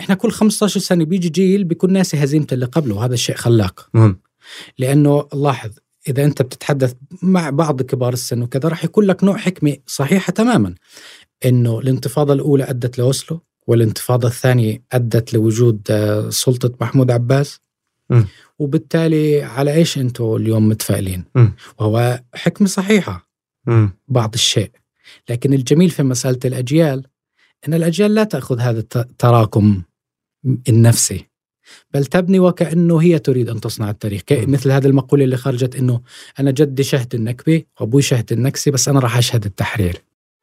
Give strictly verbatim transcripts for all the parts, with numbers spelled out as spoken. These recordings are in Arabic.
إحنا كل خمسة عشر سنة بيجي جيل بيكون ناسي هزيمة اللي قبله، وهذا الشيء خلاق. مهم. لأنه لاحظ إذا أنت بتتحدث مع بعض كبار السن وكذا راح يكون لك نوع حكمة صحيحة تماما، إنه الانتفاضة الأولى أدت لوسلو، والانتفاضة الثانية أدت لوجود سلطة محمود عباس. م. وبالتالي على إيش أنتوا اليوم متفائلين؟ م. وهو حكمة صحيحة م. بعض الشيء، لكن الجميل في مسألة الأجيال أن الأجيال لا تأخذ هذا التراكم النفسي، بل تبني وكأنه هي تريد أن تصنع التاريخ. مثل هذا المقولة اللي خرجت إنه أنا جدي شهد النكبة وأبوي شهد النكسة، بس أنا راح أشهد التحرير.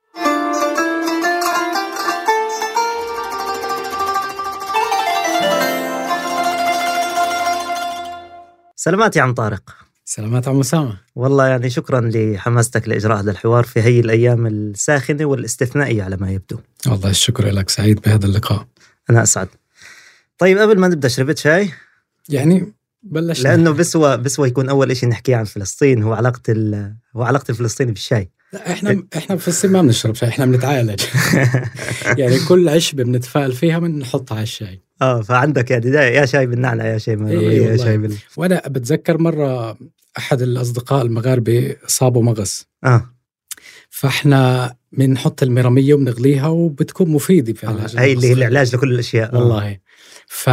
سلامات يا عم طارق. سلامات عم أسامة. والله يعني شكرا لحماستك لإجراء هذا الحوار في هي الأيام الساخنة والاستثنائية على ما يبدو. والله الشكر لك، سعيد بهذا اللقاء. أنا أسعد. طيب قبل ما نبدأ، شربت شاي؟ يعني بلش، لأنه بسوى بسوى يكون أول إشي نحكي عن فلسطين هو علاقة ال هو علاقة الفلسطيني بالشاي. لا إحنا إحنا في الصين ما بنشرب شاي، إحنا بنتعالج. يعني كل عشبة بنتفائل فيها بنحطها على الشاي. آه فعندك يعني ده يا شاي بالنعناع يا شاي إيه يا شاي بال. وأنا بتذكر مرة أحد الأصدقاء المغاربة صابوا مغص. آه. فإحنا بنحط المرامية وبنغليها وبتكون مفيدة في العلاج. آه. هي اللي هي العلاج لكل الأشياء. والله. آه. ف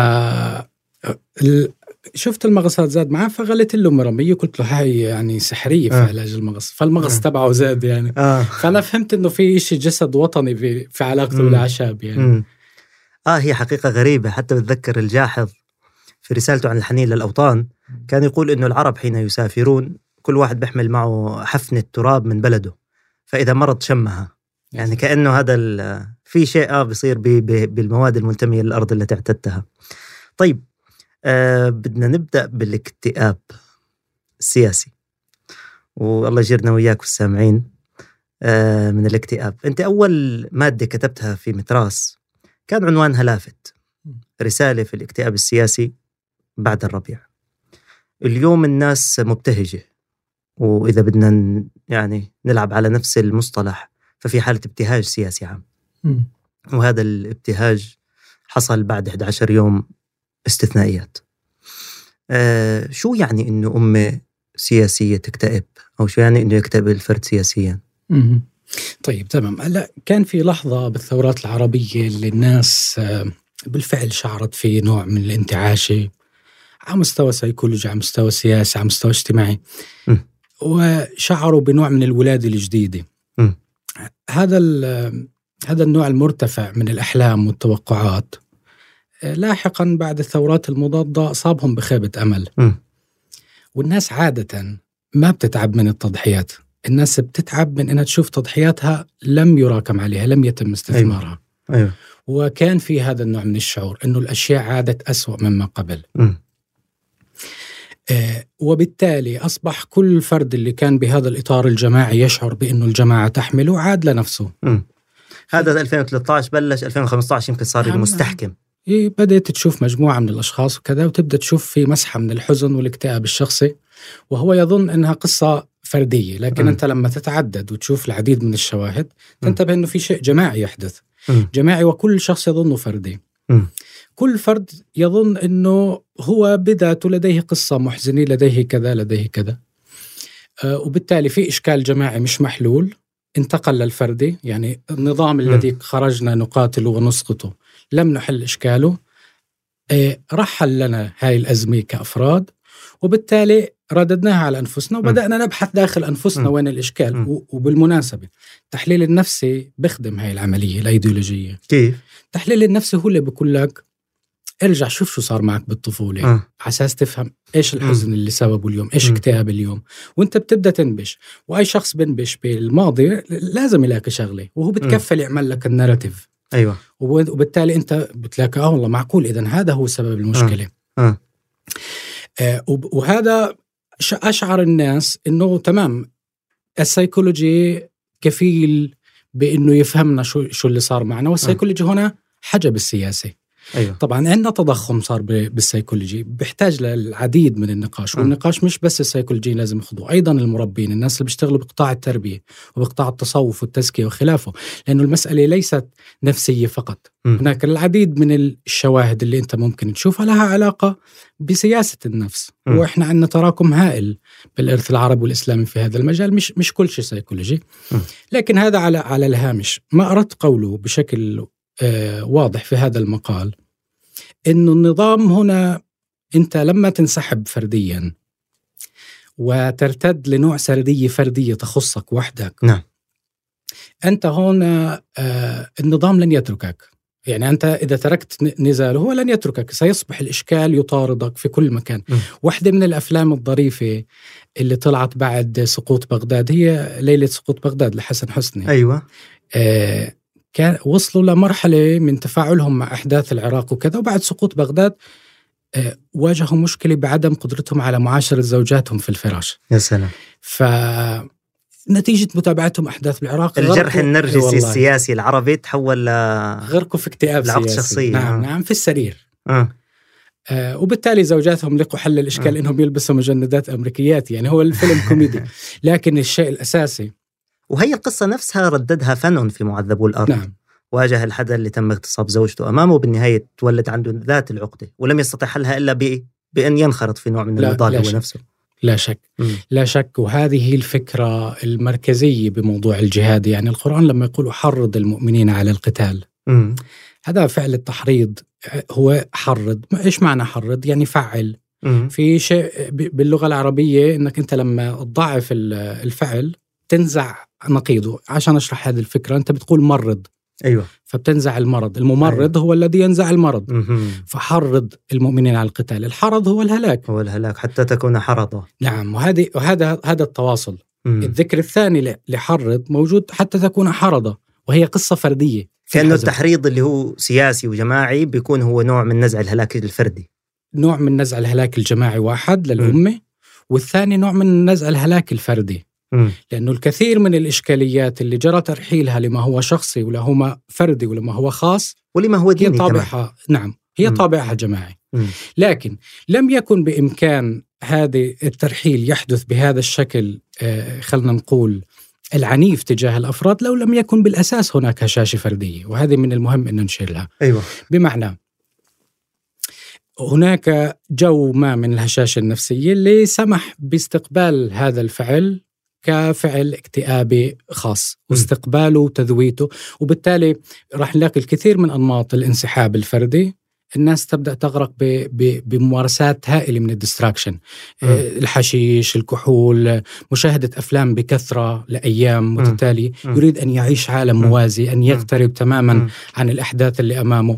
شفت المغص زاد معاه فغليت له مرامية، قلت له هاي يعني سحرية في آه. علاج المغص، فالمغص آه. تبعه زاد يعني. آه. فأنا فهمت إنه في إشي جسد وطني في في علاقته بالأعشاب يعني. م. آه هي حقيقة غريبة. حتى بتذكر الجاحظ في رسالته عن الحنين للأوطان كان يقول إنه العرب حين يسافرون كل واحد بيحمل معه حفنة تراب من بلده، فإذا مرض شمها. يعني كأنه هذا في شيء آه بيصير بالمواد المنتمية للأرض التي اعتدتها. طيب آه بدنا نبدأ بالاكتئاب السياسي، والله يجيرنا وياك والسامعين آه من الاكتئاب. أنت أول مادة كتبتها في متراس كان عنوانها لافت، رسالة في الاكتئاب السياسي بعد الربيع. اليوم الناس مبتهجة، وإذا بدنا يعني نلعب على نفس المصطلح ففي حالة ابتهاج سياسي عام. م. وهذا الابتهاج حصل بعد إحدى عشر يوم استثنائيات. آه شو يعني إنه أمة سياسية تكتئب، أو شو يعني إنه يكتئب الفرد سياسيا؟ م. طيب تمام. هلا كان في لحظة بالثورات العربية اللي الناس بالفعل شعرت في نوع من الانتعاشة على مستوى سيكولوجي، على مستوى سياسي، على مستوى اجتماعي. م. وشعروا بنوع من الولادة الجديدة. م. هذا هذا النوع المرتفع من الأحلام والتوقعات لاحقا بعد الثورات المضادة أصابهم بخيبة أمل. م. والناس عادة ما بتتعب من التضحيات، الناس بتتعب من أنها تشوف تضحياتها لم يراكم عليها، لم يتم استثمارها. أيوة. أيوة. وكان في هذا النوع من الشعور أنه الأشياء عادت أسوأ مما قبل. م. آه وبالتالي أصبح كل فرد اللي كان بهذا الإطار الجماعي يشعر بأنه الجماعة تحمله عاد لنفسه. م. هذا ألفين وثلاثة عشر بلش، ألفين وخمسة عشر يمكن صار المستحكم. إيه بدأت تشوف مجموعة من الأشخاص وكذا، وتبدأ تشوف في مسحة من الحزن والاكتئاب الشخصي، وهو يظن أنها قصة فردية. لكن م. أنت لما تتعدد وتشوف العديد من الشواهد تنتبه أنه في شيء جماعي يحدث. م. جماعي، وكل شخص يظنه فردي. م. كل فرد يظن أنه هو بذاته لديه قصة محزنة، لديه كذا لديه كذا. آه وبالتالي في إشكال جماعي مش محلول انتقل للفردي. يعني النظام م. الذي خرجنا نقاتله ونسقطه لم نحل إشكاله، آه رحل لنا هاي الأزمة كأفراد، وبالتالي رددناها على أنفسنا وبدأنا م. نبحث داخل أنفسنا م. وين الإشكال. م. وبالمناسبة التحليل النفسي بيخدم هاي العملية الأيديولوجية. كيف؟ التحليل النفسي هو اللي بيقول لك ارجع شوف شو صار معك بالطفولة، على أساس تفهم إيش الحزن م. اللي سببه اليوم، إيش اكتئاب اليوم، وانت بتبدأ تنبش. وأي شخص بنبش بالماضي لازم يلاقي شغلة، وهو بتكفل يعمل لك الناراتيف. أيوة. وبالتالي أنت بتلاقي آه والله معقول، إذن هذا هو سبب المشكلة. أه. آه وهذا أشعر الناس إنه تمام، السيكولوجي كفيل بإنه يفهمنا شو شو اللي صار معنا، والسيكولوجي هنا حجب السياسي. أيوة. طبعا عندنا تضخم صار بالسيكولوجي، بيحتاج للعديد من النقاش، والنقاش مش بس السيكولوجيين لازم يخضوه، أيضا المربين، الناس اللي بيشتغلوا بقطاع التربية وبقطاع التصوف والتزكية وخلافه، لأنه المسألة ليست نفسية فقط. م. هناك العديد من الشواهد اللي أنت ممكن تشوفها لها علاقة بسياسة النفس، م. وإحنا عندنا تراكم هائل بالإرث العربي والإسلامي في هذا المجال، مش مش كل شيء سيكولوجي. م. لكن هذا على على الهامش. ما أردت قوله بشكل آه واضح في هذا المقال إنه النظام هنا، أنت لما تنسحب فرديا وترتد لنوع سردية فردية تخصك وحدك، نعم. أنت هنا آه النظام لن يتركك. يعني أنت إذا تركت نزاله هو لن يتركك، سيصبح الإشكال يطاردك في كل مكان. م. واحدة من الأفلام الظريفة اللي طلعت بعد سقوط بغداد هي ليلة سقوط بغداد لحسن حسني. أيوة. آه كان وصلوا لمرحلة من تفاعلهم مع أحداث العراق وكذا، وبعد سقوط بغداد آه واجهوا مشكلة بعدم قدرتهم على معاشرة زوجاتهم في الفراش. يا سلام. فنتيجة متابعتهم أحداث العراق الجرح النرجسي السياسي العربي تحول ل... غرقوا في اكتئاب سياسي. شخصية. نعم. آه. نعم في السرير. آه. آه وبالتالي زوجاتهم لقوا حل الإشكال آه. إنهم يلبسوا مجندات أمريكيات. يعني هو الفيلم كوميدي، لكن الشيء الأساسي، وهي القصة نفسها رددها فنون في معذبو الأرض. نعم. واجه الحدا اللي تم اغتصاب زوجته أمامه، بالنهاية تولد عنده ذات العقدة ولم يستطع حلها إلا بإيه؟ بأن ينخرط في نوع من النضال هو نفسه. لا شك. م. لا شك. وهذه الفكرة المركزية بموضوع الجهاد. يعني القرآن لما يقول حرض المؤمنين على القتال، م. هذا فعل التحريض، هو حرض. إيش معنى حرض؟ يعني فعل. م. في شيء باللغة العربية إنك أنت لما تضعف الفعل تنزع نقيضه. عشان أشرح هذه الفكرة، أنت بتقول مرض، أيوة، فبتنزع المرض. الممرض أيوة. هو الذي ينزع المرض. م-م. فحرض المؤمنين على القتال. الحرض هو الهلاك، هو الهلاك حتى تكون حرضة. نعم. وهذه وهذا هذا التواصل. م. الذكر الثاني لحرض موجود حتى تكون حرضة، وهي قصة فردية. كأنه التحريض اللي هو سياسي وجماعي بيكون هو نوع من نزع الهلاك الفردي، نوع من نزع الهلاك الجماعي واحد للأمة، م. والثاني نوع من نزع الهلاك الفردي. م. لأنه الكثير من الإشكاليات اللي جرى ترحيلها لما هو شخصي ولما فردي ولما هو خاص ولما هو ديني، هي طابعها نعم هي م. طابعها جماعي. م. لكن لم يكن بإمكان هذا الترحيل يحدث بهذا الشكل، آه خلنا نقول العنيف تجاه الأفراد، لو لم يكن بالأساس هناك هشاشة فردية. وهذه من المهم أن نشيرها. أيوة. بمعنى هناك جو ما من الهشاشة النفسية اللي سمح باستقبال هذا الفعل كفعل اكتئابي خاص، واستقباله وتذويته، وبالتالي راح نلاقي الكثير من أنماط الانسحاب الفردي. الناس تبدأ تغرق ب... ب... بممارسات هائلة من الديستراكشن، الحشيش، الكحول، مشاهدة أفلام بكثرة لأيام متتالية، يريد أن يعيش عالم موازي، أن يقترب تماما عن الأحداث اللي أمامه.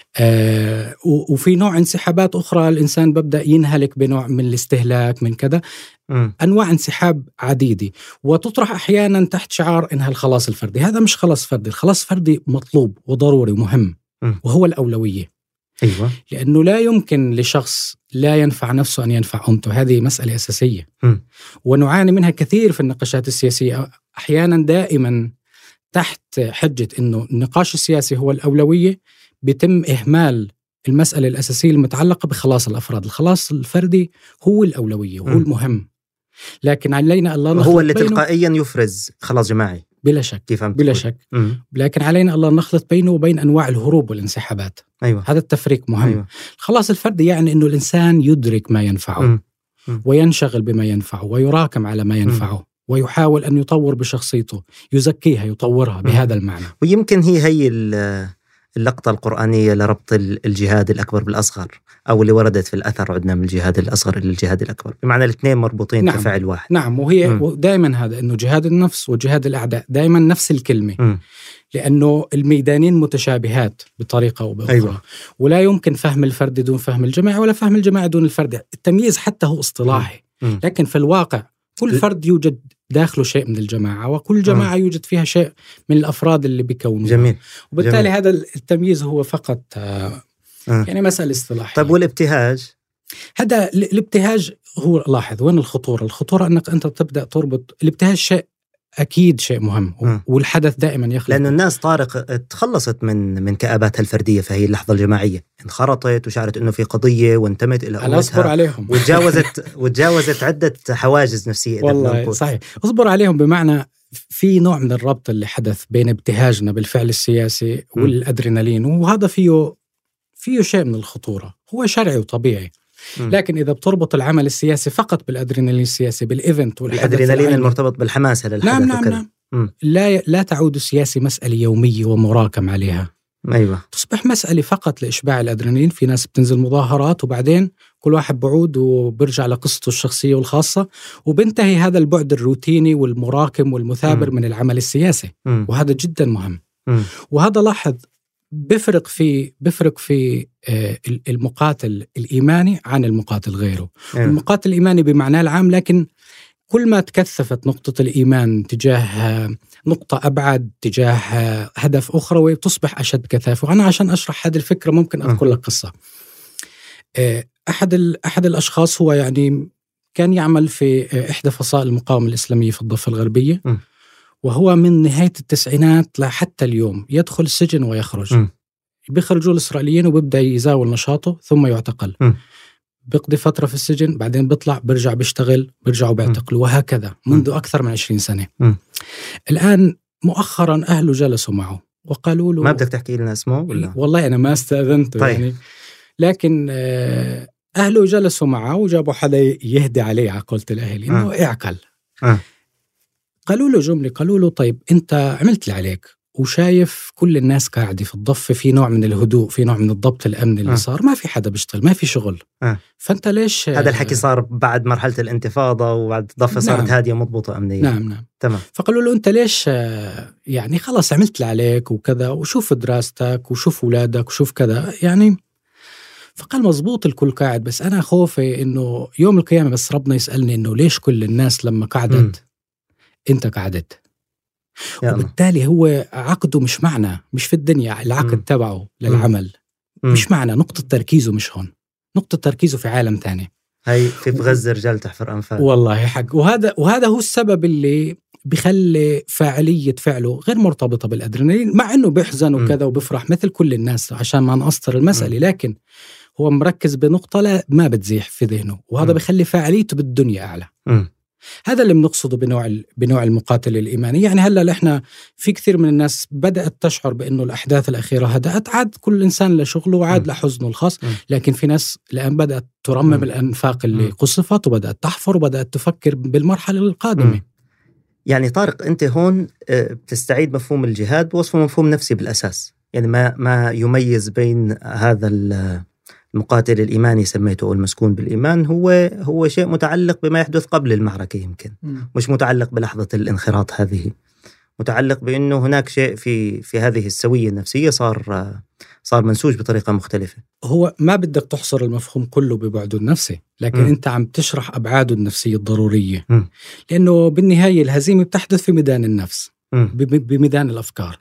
آه وفي نوع انسحابات أخرى الإنسان ببدأ ينهلك بنوع من الاستهلاك من كذا. م. أنواع انسحاب عديدة، وتطرح أحيانا تحت شعار إنها الخلاص الفردي. هذا مش خلاص فردي. الخلاص الفردي مطلوب وضروري ومهم، م. وهو الأولوية. أيوة. لأنه لا يمكن لشخص لا ينفع نفسه أن ينفع أمته. هذه مسألة أساسية، م. ونعاني منها كثير في النقاشات السياسية، أحيانا دائما تحت حجة إنه النقاش السياسي هو الأولوية، بيتم إهمال المسألة الأساسية المتعلقة بخلاص الأفراد. الخلاص الفردي هو الأولوية وهو م. المهم، لكن علينا الله نخلط هو اللي تلقائيا يفرز خلاص جماعي بلا شك، كيف بلا شك. م. لكن علينا الله نخلط بينه وبين أنواع الهروب والانسحابات. أيوة. هذا التفريق مهم. أيوة. الخلاص الفردي يعني أنه الإنسان يدرك ما ينفعه، م. م. وينشغل بما ينفعه، ويراكم على ما ينفعه، م. ويحاول أن يطور بشخصيته، يزكيها، يطورها، م. بهذا المعنى. ويمكن هي هي اللقطة القرآنية لربط الجهاد الأكبر بالأصغر، أو اللي وردت في الأثر عندنا من الجهاد الأصغر إلى الجهاد الأكبر، بمعنى الاثنين مربوطين. نعم. كفعل واحد. نعم. وهي دائما هذا إنه جهاد النفس وجهاد الأعداء دائما نفس الكلمة، م. لأنه الميدانين متشابهات بطريقة أو بأخرى. أيوة. ولا يمكن فهم الفرد دون فهم الجماعة، ولا فهم الجماعة دون الفرد. التمييز حتى هو اصطلاحي، م. لكن في الواقع كل فرد يوجد داخله شيء من الجماعة، وكل جماعة م. يوجد فيها شيء من الأفراد اللي بيكونوا. جميل. وبالتالي جميل. هذا التمييز هو فقط آه آه. يعني مسألة اصطلاحية. طيب والابتهاج؟ هذا الابتهاج هو، لاحظ وين الخطورة. الخطورة أنك أنت تبدأ تربط الابتهاج شيء أكيد شيء مهم. م. والحدث دائما يخلق، لأنه الناس طارق تخلصت من من كآباتها الفردية في هي اللحظة الجماعية، انخرطت وشعرت إنه في قضية وانتمت إلى قوتها. أصبر عليهم وتجاوزت وتجاوزت عدة حواجز نفسية. والله صحيح، أصبر عليهم، بمعنى في نوع من الربط اللي حدث بين ابتهاجنا بالفعل السياسي والأدرينالين، وهذا فيه فيه شيء من الخطورة، هو شرعي وطبيعي. لكن إذا بتربط العمل السياسي فقط بالأدرينالين السياسي، بالإيفنت والحدث، الأدرينالين المرتبط بالحماسة للحدث، نعم نعم وكذا. نعم. لا لا تعود السياسي مسألة يومية ومراكم عليها. أيوة. تصبح مسألة فقط لإشباع الأدرينالين. في ناس بتنزل مظاهرات وبعدين كل واحد بعود وبرجع لقصته الشخصية والخاصة، وبنتهي هذا البعد الروتيني والمراكم والمثابر م. من العمل السياسي. م. وهذا جدا مهم. م. وهذا لاحظ بفرق في بفرق في المقاتل الإيماني عن المقاتل غيره. أيوة. المقاتل الإيماني بمعناه العام، لكن كل ما تكثفت نقطة الإيمان تجاه نقطة أبعد، تجاه هدف أخروي، تصبح أشد كثافة. وأنا عشان أشرح هذه الفكرة ممكن أذكر لك قصة. أحد أحد الأشخاص هو يعني كان يعمل في إحدى فصائل المقاومة الإسلامية في الضفة الغربية، م. وهو من نهاية التسعينات لحتى اليوم يدخل السجن ويخرج. م. بيخرجوا الإسرائيليين وبيبدأ يزاول نشاطه ثم يعتقل. م. بيقضي فترة في السجن، بعدين بيطلع برجع بيشتغل، برجعوا بيعتقلوا، وهكذا منذ م. أكثر من عشرين سنة. م. الآن مؤخرا أهله جلسوا معه وقالوا له، ما بدك تحكي لنا اسمه ولا؟ والله أنا ما استأذنته. طيب. يعني لكن أهله جلسوا معه وجابوا حدا يهدي عليه عقلة الأهل إنه أه. اعقل. أه. قالوا له جملة، قالوا له طيب أنت عملت اللي عليك وشايف كل الناس قاعدة في الضفة، في نوع من الهدوء، في نوع من الضبط الأمني اللي أه. صار، ما في حدا بيشتغل، ما في شغل. أه. فأنت ليش؟ هذا الحكي صار بعد مرحلة الانتفاضة وبعد الضفة صارت نعم. هادية مضبوطة أمنية. نعم نعم تمام. فقالوا له أنت ليش يعني خلاص عملت اللي عليك وكذا، وشوف دراستك وشوف أولادك وشوف كذا يعني. فقال مزبوط الكل قاعد، بس أنا خوفي إنه يوم القيامة بس ربنا يسألني إنه ليش كل الناس لما قعدت م. أنت قعدت. وبالتالي هو عقده مش معنا، مش في الدنيا العقد م. تبعه للعمل م. مش معنا، نقطة تركيزه مش هون، نقطة تركيزه في عالم تاني. هي في غزة رجال تحفر أنفال. والله حق. وهذا وهذا هو السبب اللي بيخلي فاعلية فعله غير مرتبطة بالأدرينالين، مع إنه بيحزن وكذا وبيفرح مثل كل الناس عشان ما نقصر المسألة، م. لكن هو مركز بنقطة لا ما بتزيح في ذهنه، وهذا م. بيخلي فاعليته بالدنيا أعلى. م. هذا اللي بنقصده بنوع بنوع المقاتل الإيماني. يعني هلا احنا في كثير من الناس بدأت تشعر بأنه الأحداث الأخيرة هدأت، عاد كل إنسان لشغله وعاد لحزنه الخاص، م. لكن في ناس الآن بدأت ترمم م. الأنفاق اللي م. قصفت، وبدأت تحفر، وبدأت تفكر بالمرحلة القادمة. م. يعني طارق أنت هون بتستعيد مفهوم الجهاد بوصفه مفهوم نفسي بالأساس، يعني ما ما يميز بين هذا المقاتل الإيماني سميته أو المسكون بالإيمان هو هو شيء متعلق بما يحدث قبل المعركة، يمكن م. مش متعلق بلحظة الانخراط هذه، متعلق بأنه هناك شيء في في هذه السوية النفسية صار صار منسوج بطريقة مختلفة. هو ما بدك تحصر المفهوم كله ببعده النفسي، لكن م. أنت عم تشرح أبعاده النفسية الضرورية، م. لأنه بالنهاية الهزيمة بتحدث في ميدان النفس، م. بميدان الأفكار.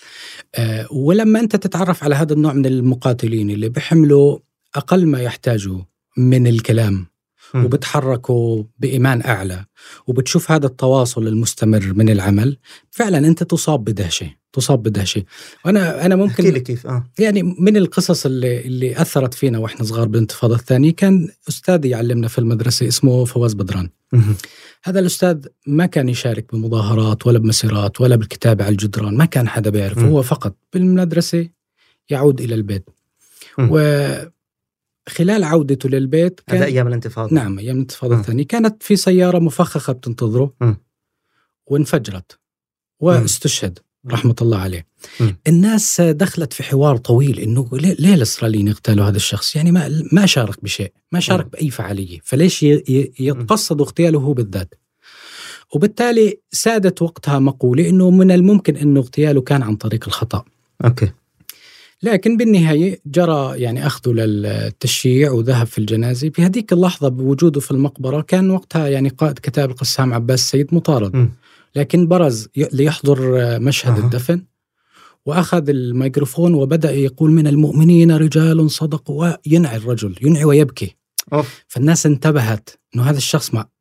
آه ولما أنت تتعرف على هذا النوع من المقاتلين اللي بيحملوا أقل ما يحتاجوا من الكلام م. وبتحركوا بإيمان أعلى، وبتشوف هذا التواصل المستمر من العمل، فعلا أنت تصاب بدهشة تصاب بدهشة. وأنا أنا ممكن كيف آه. يعني من القصص اللي اللي أثرت فينا وإحنا صغار بالانتفاضة الثانية، كان أستاذ يعلمنا في المدرسة اسمه فواز بدران. م. هذا الأستاذ ما كان يشارك بمظاهرات ولا بمسيرات ولا بالكتابة على الجدران، ما كان حدا بيعرف، هو فقط بالمدرسة يعود إلى البيت. م. وخلال عودته للبيت كان هذا أيام الانتفاضة. نعم أيام الانتفاضة الثانية، كانت في سيارة مفخخة بتنتظره م. وانفجرت واستشهد م. رحمة الله عليه. م. الناس دخلت في حوار طويل إنه ليه الإسرائيليين يغتالوا هذا الشخص، يعني ما ما شارك بشيء، ما شارك م. بأي فعالية، فليش يتقصدوا اغتياله هو بالذات؟ وبالتالي سادت وقتها مقولة إنه من الممكن إنه اغتياله كان عن طريق الخطأ. أوكي. لكن بالنهاية جرى يعني أخذه للتشييع وذهب في الجنازة. في هذيك اللحظة بوجوده في المقبرة كان وقتها يعني قائد كتاب القسام عباس السيد مطارد، م. لكن برز ليحضر مشهد أه. الدفن، وأخذ الميكروفون وبدأ يقول من المؤمنين رجال صدقوا، وينعي الرجل ينعي ويبكي. أوف. فالناس انتبهت إنه هذا الشخص ما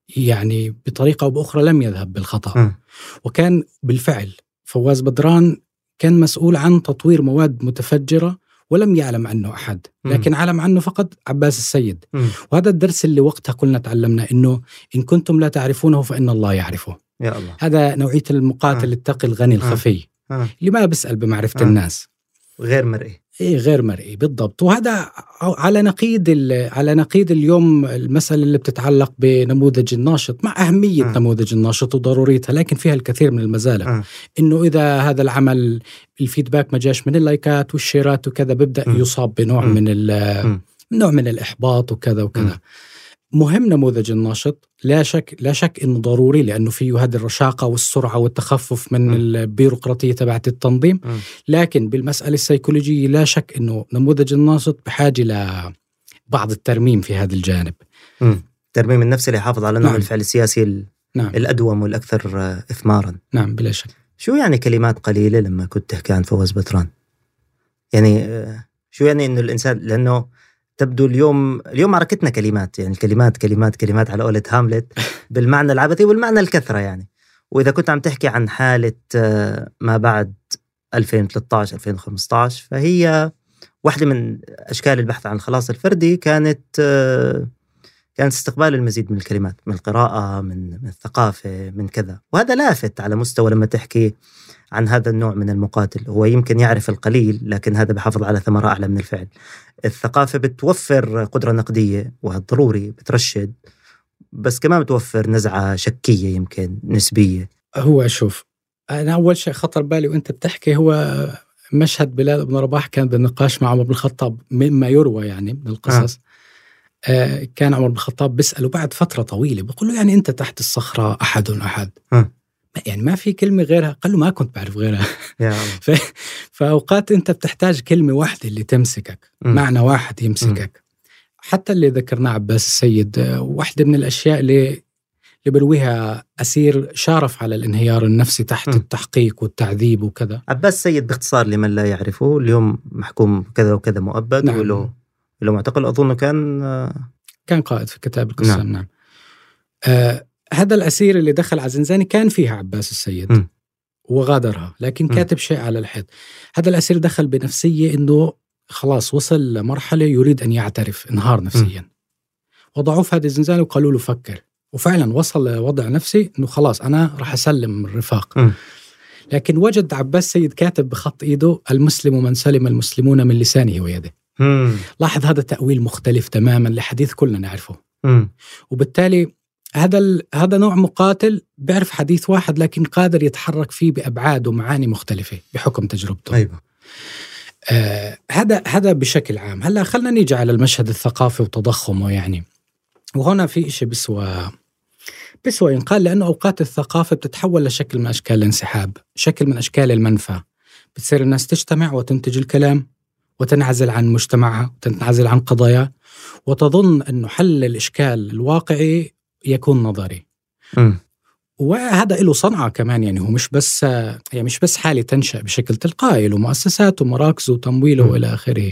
يعني بطريقة أو بأخرى لم يذهب بالخطأ. م. وكان بالفعل فواز بدران كان مسؤول عن تطوير مواد متفجرة ولم يعلم عنه أحد، لكن م. علم عنه فقط عباس السيد. م. وهذا الدرس اللي وقتها قلنا تعلمنا إنه إن كنتم لا تعرفونه فإن الله يعرفه. يا الله. هذا نوعية المقاتل التقي الغني الخفي آه. اللي ما بيسأل بمعرفة آه. الناس، غير مرئي. إيه غير مرئي بالضبط. وهذا على نقيض على نقيض اليوم المسألة اللي بتتعلق بنموذج الناشط، مع أهمية آه. نموذج الناشط وضروريتها، لكن فيها الكثير من المزالق. آه. إنه إذا هذا العمل الفيدباك ما جاش من اللايكات والشيرات وكذا بيبدأ م. يصاب بنوع م. من ال نوع من الإحباط وكذا وكذا. م. مهم نموذج الناشط لا شك لا شك إنه ضروري، لأنه فيه هذه الرشاقة والسرعة والتخفف من م. البيروقراطية تبعت التنظيم. م. لكن بالمسألة السيكولوجية لا شك إنه نموذج الناشط بحاجة لبعض الترميم في هذا الجانب. م. ترميم النفس اللي يحافظ على نوع نعم. الفعل السياسي ال... نعم. الأدوم والأكثر إثماراً. نعم بلا شك. شو يعني كلمات قليلة لما كنت تحكي عن فواز بدران؟ يعني شو يعني إنه الإنسان، لأنه تبدو اليوم اليوم معركتنا كلمات، يعني الكلمات كلمات كلمات على قولة هاملت بالمعنى العبثي والمعنى الكثرة يعني. وإذا كنت عم تحكي عن حالة ما بعد ألفين وثلاثة عشر ألفين وخمسة عشر، فهي واحدة من أشكال البحث عن الخلاص الفردي كانت كانت استقبال المزيد من الكلمات، من القراءة، من من الثقافة، من كذا. وهذا لافت على مستوى لما تحكي عن هذا النوع من المقاتل. هو يمكن يعرف القليل، لكن هذا بحافظ على ثمرة أعلى من الفعل. الثقافة بتوفر قدرة نقدية وهذا ضروري، بترشد، بس كمان بتوفر نزعة شكية يمكن نسبية. هو شوف، أنا أول شيء خطر بالي وأنت بتحكي هو مشهد بلال بن رباح كان بالنقاش مع عمر بن الخطاب، مما يروى يعني من القصص. آه. آه كان عمر بن الخطاب بيسأله بعد فترة طويلة، بيقول له يعني أنت تحت الصخرة أحد أحد آه. يعني ما في كلمة غيرها؟ قال له ما كنت بعرف غيرها. ف... فأوقات أنت بتحتاج كلمة واحدة اللي تمسكك، م. معنى واحد يمسكك. م. حتى اللي ذكرناه عباس السيد، واحدة من الأشياء اللي, اللي برويها أسير شارف على الانهيار النفسي تحت م. التحقيق والتعذيب وكذا. عباس السيد باختصار لمن لا يعرفه، اليوم محكوم كذا وكذا مؤبد. نعم. ولو لو معتقل أظن كان كان قائد في كتاب القسام. نعم, نعم. آه هذا الأسير اللي دخل على زنزانة كان فيها عباس السيد م. وغادرها، لكن كاتب م. شيء على الحيط. هذا الأسير دخل بنفسية إنه خلاص وصل لمرحلة يريد أن يعترف، انهار نفسيا. م. وضعوه في هذه الزنزانة وقالوا له فكر، وفعلا وصل لوضع نفسي إنه خلاص أنا راح أسلم الرفاق. م. لكن وجد عباس السيد كاتب بخط إيده المسلم من سلم المسلمون من لسانه ويده. م. لاحظ هذا تأويل مختلف تماما لحديث كلنا نعرفه. م. وبالتالي هذا هذا نوع مقاتل بيعرف حديث واحد لكن قادر يتحرك فيه بأبعاد ومعاني مختلفة بحكم تجربته. أيوة. آه هذا هذا بشكل عام. هلا خلنا نيجي على المشهد الثقافي وتضخمه يعني. وهنا في إشي بسوى بسوى ينقال، لأنه أوقات الثقافة بتتحول لشكل من أشكال الانسحاب، شكل من أشكال المنفى. بتصير الناس تجتمع وتنتج الكلام وتنعزل عن مجتمعها وتنعزل عن قضايا، وتظن أنه حل الإشكال الواقعي يكون نظري. م. وهذا له صنعة كمان، يعني هو مش بس يعني مش بس حالة تنشأ بشكل تلقائي، له مؤسسات ومراكز وتمويله وإلى آخره.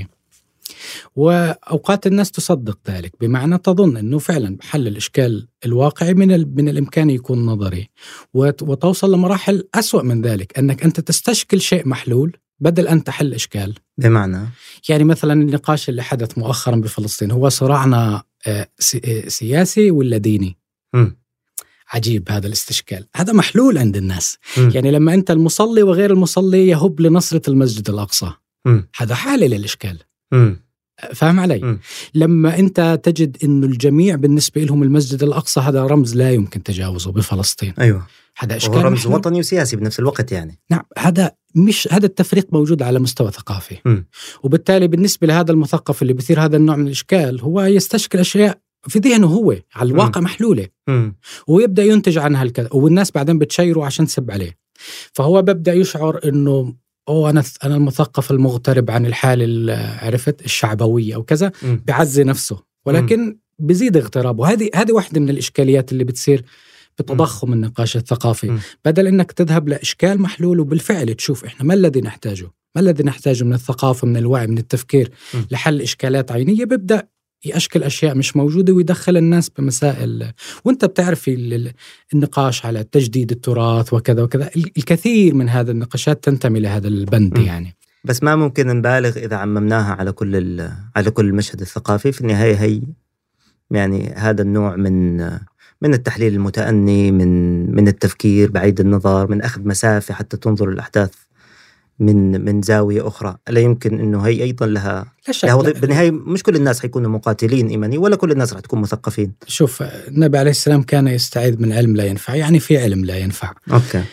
وأوقات الناس تصدق ذلك، بمعنى تظن أنه فعلا حل الإشكال الواقعي من من الإمكان يكون نظري، وتوصل لمراحل أسوأ من ذلك، أنك أنت تستشكل شيء محلول بدل أن تحل إشكال. بمعنى يعني مثلا النقاش اللي حدث مؤخرا بفلسطين، هو صراعنا سياسي ولا ديني؟ م. عجيب هذا الاستشكال، هذا محلول عند الناس. م. يعني لما أنت المصلي وغير المصلي يهب لنصرة المسجد الأقصى، م. هذا حالة للإشكال. م. فاهم علي؟ م. لما أنت تجد أنه الجميع بالنسبة لهم المسجد الأقصى هذا رمز لا يمكن تجاوزه بفلسطين. أيوة. هذا إشكال رمز وطني وسياسي بنفس الوقت يعني. نعم، هذا مش هذا التفريق موجود على مستوى ثقافي. م. وبالتالي بالنسبة لهذا المثقف اللي بيثير هذا النوع من الإشكال، هو يستشكل أشياء في ذهنه هو على الواقع م. محلولة، م. ويبدأ ينتج عنها الكذا، والناس بعدين بتشيره عشان تسب عليه. فهو ببدأ يشعر إنه أو أنا أنا المثقف المغترب عن الحالة عرفت الشعبوية أو كذا، م. بعزي نفسه، ولكن م. بزيد اغترابه. هذه هذه واحدة من الإشكاليات اللي بتصير بتضخم م. النقاش الثقافي. م. بدل إنك تذهب لإشكال محلول وبالفعل تشوف إحنا ما الذي نحتاجه، ما الذي نحتاجه من الثقافة، من الوعي، من التفكير م. لحل إشكالات عينية، ببدأ يأشكل أشياء مش موجودة ويدخل الناس بمسائل. وانت بتعرفي النقاش على تجديد التراث وكذا وكذا، الكثير من هذا النقاشات تنتمي لهذا البند. م. يعني بس ما ممكن نبالغ إذا عممناها على كل على كل المشهد الثقافي. في النهاية هي يعني هذا النوع من من التحليل المتأني، من من التفكير بعيد النظر، من أخذ مسافة حتى تنظر الأحداث من من زاوية أخرى. لا يمكن إنه هي أيضا لها لها وظيفة. بالنهاية مش كل الناس حيكونوا مقاتلين إيماني، ولا كل الناس راح تكون مثقفين. شوف، النبي عليه السلام كان يستعيذ من علم لا ينفع، يعني في علم لا ينفع. أوكي.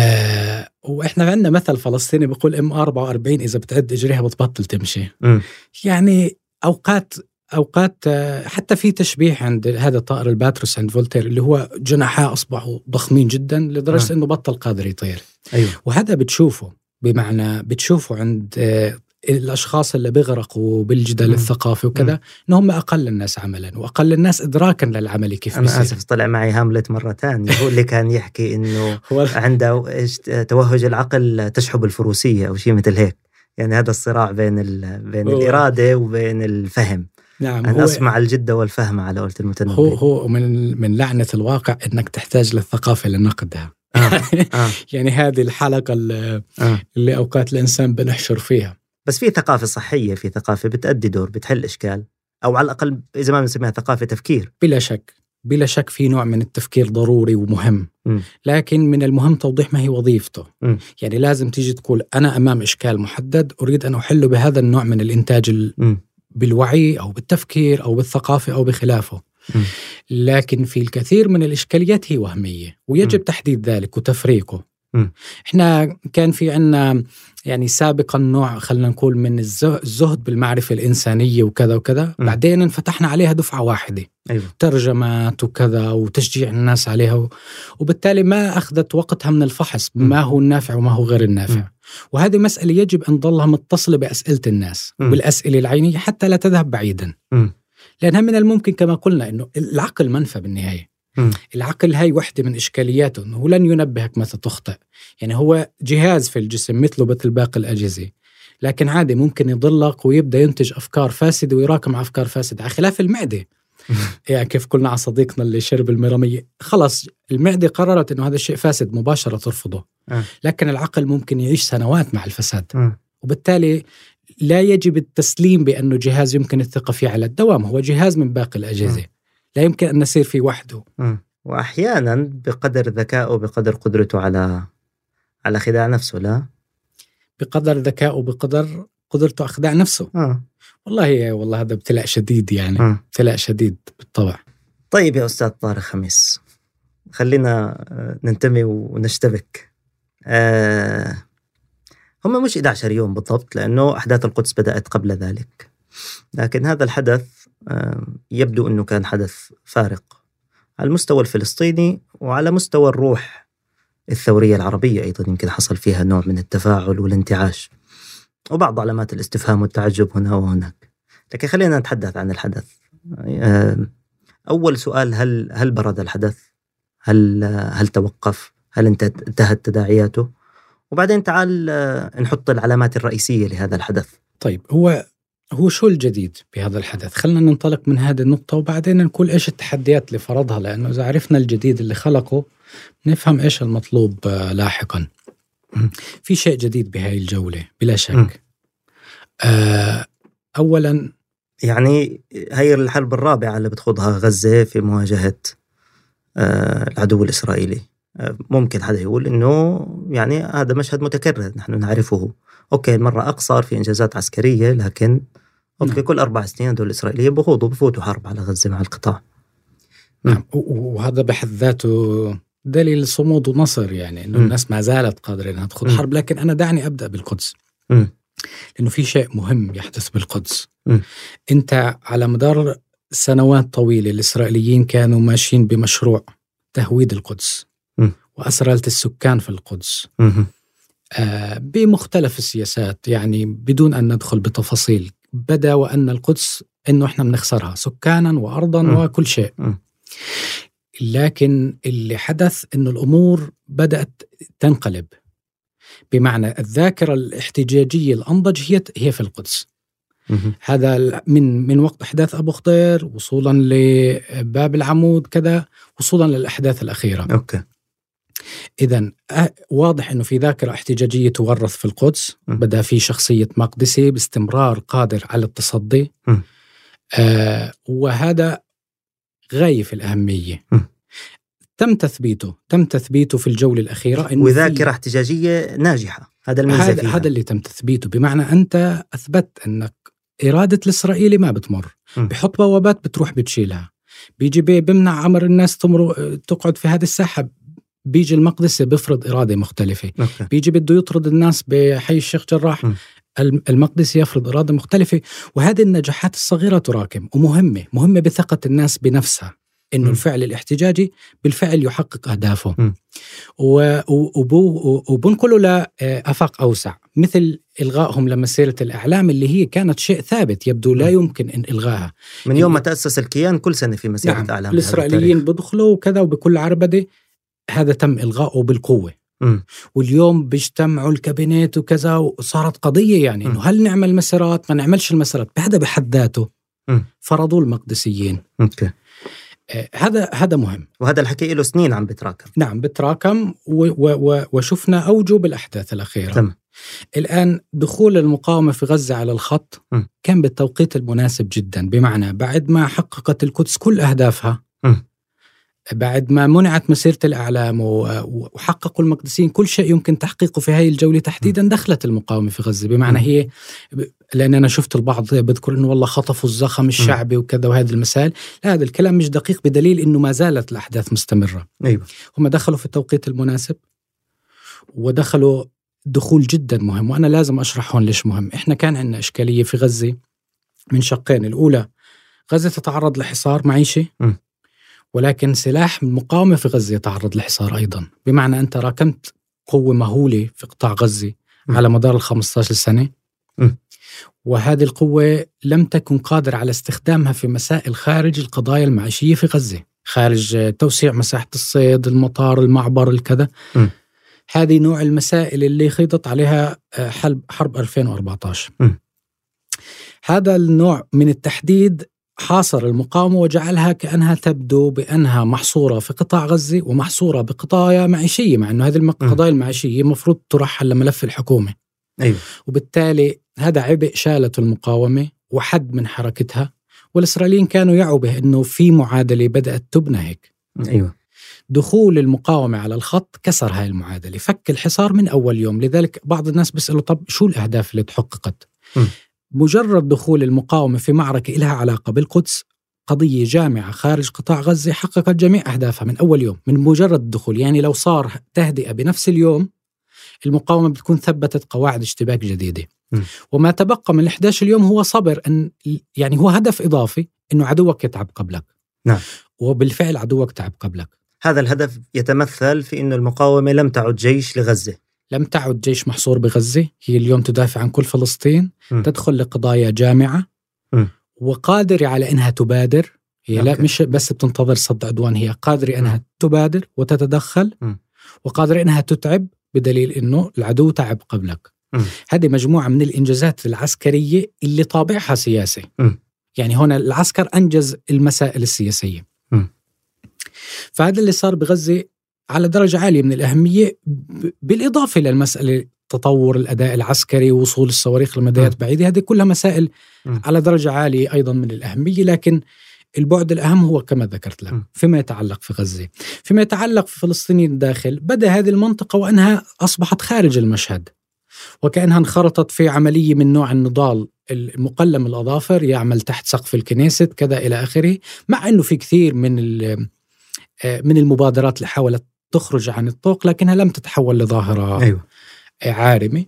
آه وإحنا عندنا مثل فلسطيني بيقول إم أربعة وأربعين إذا بتعد إجريها بتبطل تمشي. م. يعني أوقات أوقات حتى في تشبيه عند هذا الطائر الباتروس عند فولتير اللي هو جناحه أصبحوا ضخمين جدا لدرجة آه. إنه بطل قادر يطير. أيوه. وهذا بتشوفه بمعنى بتشوفه عند الأشخاص اللي بيغرقوا بالجدل م. الثقافي وكذا، إنهم أقل الناس عملا وأقل الناس إدراكا للعمل كيف أنا بيصير. آسف، طلع معي هاملت مرة تانية، هو اللي كان يحكي إنه عنده توهج العقل تشحب الفروسية أو شيء مثل هيك. يعني هذا الصراع بين ال... بين الإرادة وبين الفهم. نعم، أن أسمع الجدة والفهم على قولة المتنبي. هو هو من من لعنة الواقع إنك تحتاج للثقافة لنقدها. آه. آه. يعني هذه الحلقة اللي, آه. اللي أوقات الإنسان بنحشر فيها. بس في ثقافة صحية، في ثقافة بتأدي دور، بتحل إشكال، أو على الأقل إذا ما بنسميها ثقافة تفكير. بلا شك بلا شك في نوع من التفكير ضروري ومهم. م. لكن من المهم توضيح ما هي وظيفته. م. يعني لازم تيجي تقول أنا أمام إشكال محدد أريد أن أحله بهذا النوع من الإنتاج ال... م. بالوعي أو بالتفكير أو بالثقافة أو بخلافه. م. لكن في الكثير من الإشكاليات هي وهمية ويجب م. تحديد ذلك وتفريقه. م. إحنا كان في عنا يعني سابقا نوع خلنا نقول من الزهد بالمعرفة الإنسانية وكذا وكذا. م. بعدين انفتحنا عليها دفعة واحدة. أيوة. ترجمات وكذا وتشجيع الناس عليها، وبالتالي ما أخذت وقتها من الفحص ما هو النافع وما هو غير النافع. م. وهذه مسألة يجب أن تظلها متصلة بأسئلة الناس م. والأسئلة العينية حتى لا تذهب بعيدا. م. لأنها من الممكن كما قلنا إنه العقل منفى بالنهاية. م. العقل هاي وحدة من إشكالياته أنه لن ينبهك متى تخطئ. يعني هو جهاز في الجسم مثله مثل باقي الأجهزة، لكن عادي ممكن يضلك ويبدأ ينتج أفكار فاسدة ويراكم أفكار فاسدة، على خلاف المعدة. يعني كيف قلنا على صديقنا اللي شرب المرامية، خلاص المعدة قررت أنه هذا الشيء فاسد مباشرة ترفضه. أه. لكن العقل ممكن يعيش سنوات مع الفساد. أه. وبالتالي لا يجب التسليم بأنه جهاز يمكن الثقة فيه على الدوام، هو جهاز من باقي الأجهزة. أه. لا يمكن أن نسير فيه وحده. أه. وأحيانا بقدر ذكائه بقدر قدرته على على خداع نفسه. لا بقدر ذكائه بقدر قدرته أخداع نفسه. أه. والله والله هذا ابتلاء شديد، يعني أه. ابتلاء شديد بالطبع. طيب يا أستاذ طارق خميس، خلينا ننتمي ونشتبك. أه هم مش إحدى عشر يوم بالضبط، لأنه أحداث القدس بدأت قبل ذلك، لكن هذا الحدث أه يبدو أنه كان حدث فارق على المستوى الفلسطيني وعلى مستوى الروح الثورية العربية أيضا. يمكن حصل فيها نوع من التفاعل والانتعاش وبعض علامات الاستفهام والتعجب هنا وهناك. لكن خلينا نتحدث عن الحدث. أول سؤال، هل هل برد الحدث؟ هل هل توقف؟ هل انتهت تداعياته؟ وبعدين تعال نحط العلامات الرئيسية لهذا الحدث. طيب هو هو شو الجديد بهذا الحدث؟ خلنا ننطلق من هذه النقطة وبعدين نقول إيش التحديات اللي فرضها، لأنه إذا عرفنا الجديد اللي خلقه نفهم إيش المطلوب لاحقا. في شيء جديد بهاي الجولة بلا شك. آه أولا يعني هي الحرب الرابعة اللي بتخوضها غزة في مواجهة آه العدو الإسرائيلي. آه ممكن حدا يقول إنه يعني هذا مشهد متكرر نحن نعرفه. أوكي، المرة أقصر في إنجازات عسكرية، لكن أوكي كل أربع سنين الدول الإسرائيلية بخوضوا بفوتوا حرب على غزة مع القطاع. نعم، وهذا بحد ذاته دليل صمود ونصر، يعني إنه م. الناس ما زالت قادرة أنها تخوض حرب. لكن أنا دعني أبدأ بالقدس، م. لأنه في شيء مهم يحدث بالقدس. م. أنت على مدار سنوات طويلة الإسرائيليين كانوا ماشيين بمشروع تهويد القدس م. وأسرالة السكان في القدس م. آه بمختلف السياسات، يعني بدون أن ندخل بتفاصيل. بدأ وأن القدس إنه إحنا بنخسرها سكانا وأرضا م. وكل شيء. م. لكن اللي حدث إنه الأمور بدأت تنقلب، بمعنى الذاكرة الاحتجاجية الأنضج هي هي في القدس. هذا من من وقت أحداث أبو خضير وصولا لباب العمود كذا وصولا للأحداث الأخيرة. أوكي. إذن واضح أنه في ذاكرة احتجاجية تورث في القدس. م. بدأ في شخصية مقدسي باستمرار قادر على التصدي. آه وهذا غاية في الأهمية. م. تم تثبيته تم تثبيته في الجولة الأخيرة. وذاكرة احتجاجية ناجحة. هذا الميزة هذا, هذا اللي تم تثبيته، بمعنى أنت أثبت أنك إرادة الإسرائيلي ما بتمر. م. بحط بوابات بتروح بتشيلها، بيجي بيمنع عمر الناس تمر تقعد في هذه الساحة، بيجي المقدسي بيفرض إرادة مختلفة. أوكي. بيجي بده يطرد الناس بحي الشيخ جراح، م. المقدسي يفرض إرادة مختلفة. وهذه النجاحات الصغيرة تراكم ومهمة مهمة بثقة الناس بنفسها إنه م. الفعل الاحتجاجي بالفعل يحقق أهدافه، وبنقله لآفاق أوسع، مثل إلغائهم لمسيرة الإعلام اللي هي كانت شيء ثابت يبدو لا يمكن إن إلغاها من يوم ما تأسس الكيان. كل سنة في مسيرة نعم. إعلام الإسرائيليين بدخلوا وكذا وبكل عربدة. هذا تم إلغائه بالقوة. م. واليوم بيجتمعوا الكابينات وكذا وصارت قضية يعني إنه هل نعمل مسيرات ما نعملش المسيرات. بهذا بحد ذاته فرضوا المقدسيين. أوكي. آه هذا هذا مهم، وهذا الحكي له سنين عم بتراكم. نعم بتراكم و و و وشفنا أوجه بالأحداث الأخيرة. تم. الآن دخول المقاومة في غزة على الخط م. كان بالتوقيت المناسب جدا، بمعنى بعد ما حققت القدس كل أهدافها، م. بعد ما منعت مسيرة الإعلام وحققوا المقدسيين كل شيء يمكن تحقيقه في هاي الجولة تحديدا، دخلت المقاومة في غزة. بمعنى هي، لأن أنا شفت البعض بذكر إنه والله خطفوا الزخم الشعبي وكذا وهذا المسائل، لا هذا الكلام مش دقيق، بدليل إنه ما زالت الأحداث مستمرة. أيوة. هم دخلوا في التوقيت المناسب ودخلوا دخول جدا مهم، وأنا لازم أشرح هون ليش مهم. إحنا كان عندنا إشكالية في غزة من شقين. الأولى، غزة تتعرض لحصار معيشي، م. ولكن سلاح المقاومة في غزة يتعرض لحصار أيضا. بمعنى أنت راكمت قوة مهولة في قطاع غزة م. على مدار الخمسة عشر سنة، م. وهذه القوة لم تكن قادرة على استخدامها في مسائل خارج القضايا المعيشية في غزة، خارج توسيع مساحة الصيد، المطار، المعبر، الكذا. م. هذه نوع المسائل اللي خيضت عليها حرب حرب ألفين وأربعة عشر. م. هذا النوع من التحديد حاصر المقاومة وجعلها كأنها تبدو بأنها محصورة في قطاع غزة ومحصورة بقضايا معيشية، مع أنه هذه القضايا المعيشية مفروض ترحل لملف الحكومة. أيوة. وبالتالي هذا عبء شالته المقاومة وحد من حركتها، والإسرائيليين كانوا يعوا به أنه في معادلة بدأت تبنى هيك. أيوة. دخول المقاومة على الخط كسر هاي المعادلة، فك الحصار من أول يوم. لذلك بعض الناس بيسألوا طب شو الأهداف اللي تحققت؟ م. مجرد دخول المقاومة في معركة لها علاقة بالقدس، قضية جامعة خارج قطاع غزة، حققت جميع أهدافها من أول يوم، من مجرد الدخول. يعني لو صار تهدئة بنفس اليوم، المقاومة بتكون ثبتت قواعد اشتباك جديدة. م. وما تبقى من إحدى عشر اليوم هو صبر، أن يعني هو هدف إضافي أنه عدوك يتعب قبلك. نعم. وبالفعل عدوك تعب قبلك. هذا الهدف يتمثل في أن المقاومة لم تعد جيش لغزة، لم تعد جيش محصور بغزة، هي اليوم تدافع عن كل فلسطين، م. تدخل لقضايا جامعة، م. وقادرة على أنها تبادر. هي أوكي. لا مش بس بتنتظر صد عدوان، هي قادرة أنها تبادر وتتدخل، م. وقادرة أنها تتعب، بدليل أنه العدو تعب قبلك. م. هذه مجموعة من الإنجازات العسكرية اللي طابعها سياسي. م. يعني هنا العسكر أنجز المسائل السياسية. م. فهذا اللي صار بغزة على درجة عالية من الأهمية، بالإضافة للمسألة تطور الأداء العسكري ووصول الصواريخ لمدايات بعيدة. هذه كلها مسائل م. على درجة عالية أيضا من الأهمية، لكن البعد الأهم هو كما ذكرت لك فيما يتعلق في غزة. فيما يتعلق في فلسطين الداخل، بدأ هذه المنطقة وأنها أصبحت خارج المشهد، وكأنها انخرطت في عملية من نوع النضال المقلم الأظافر، يعمل تحت سقف الكنيست كذا إلى آخره. مع أنه في كثير من من المبادرات اللي حاولت تخرج عن الطوق، لكنها لم تتحول لظاهرة أيوة. عارمة.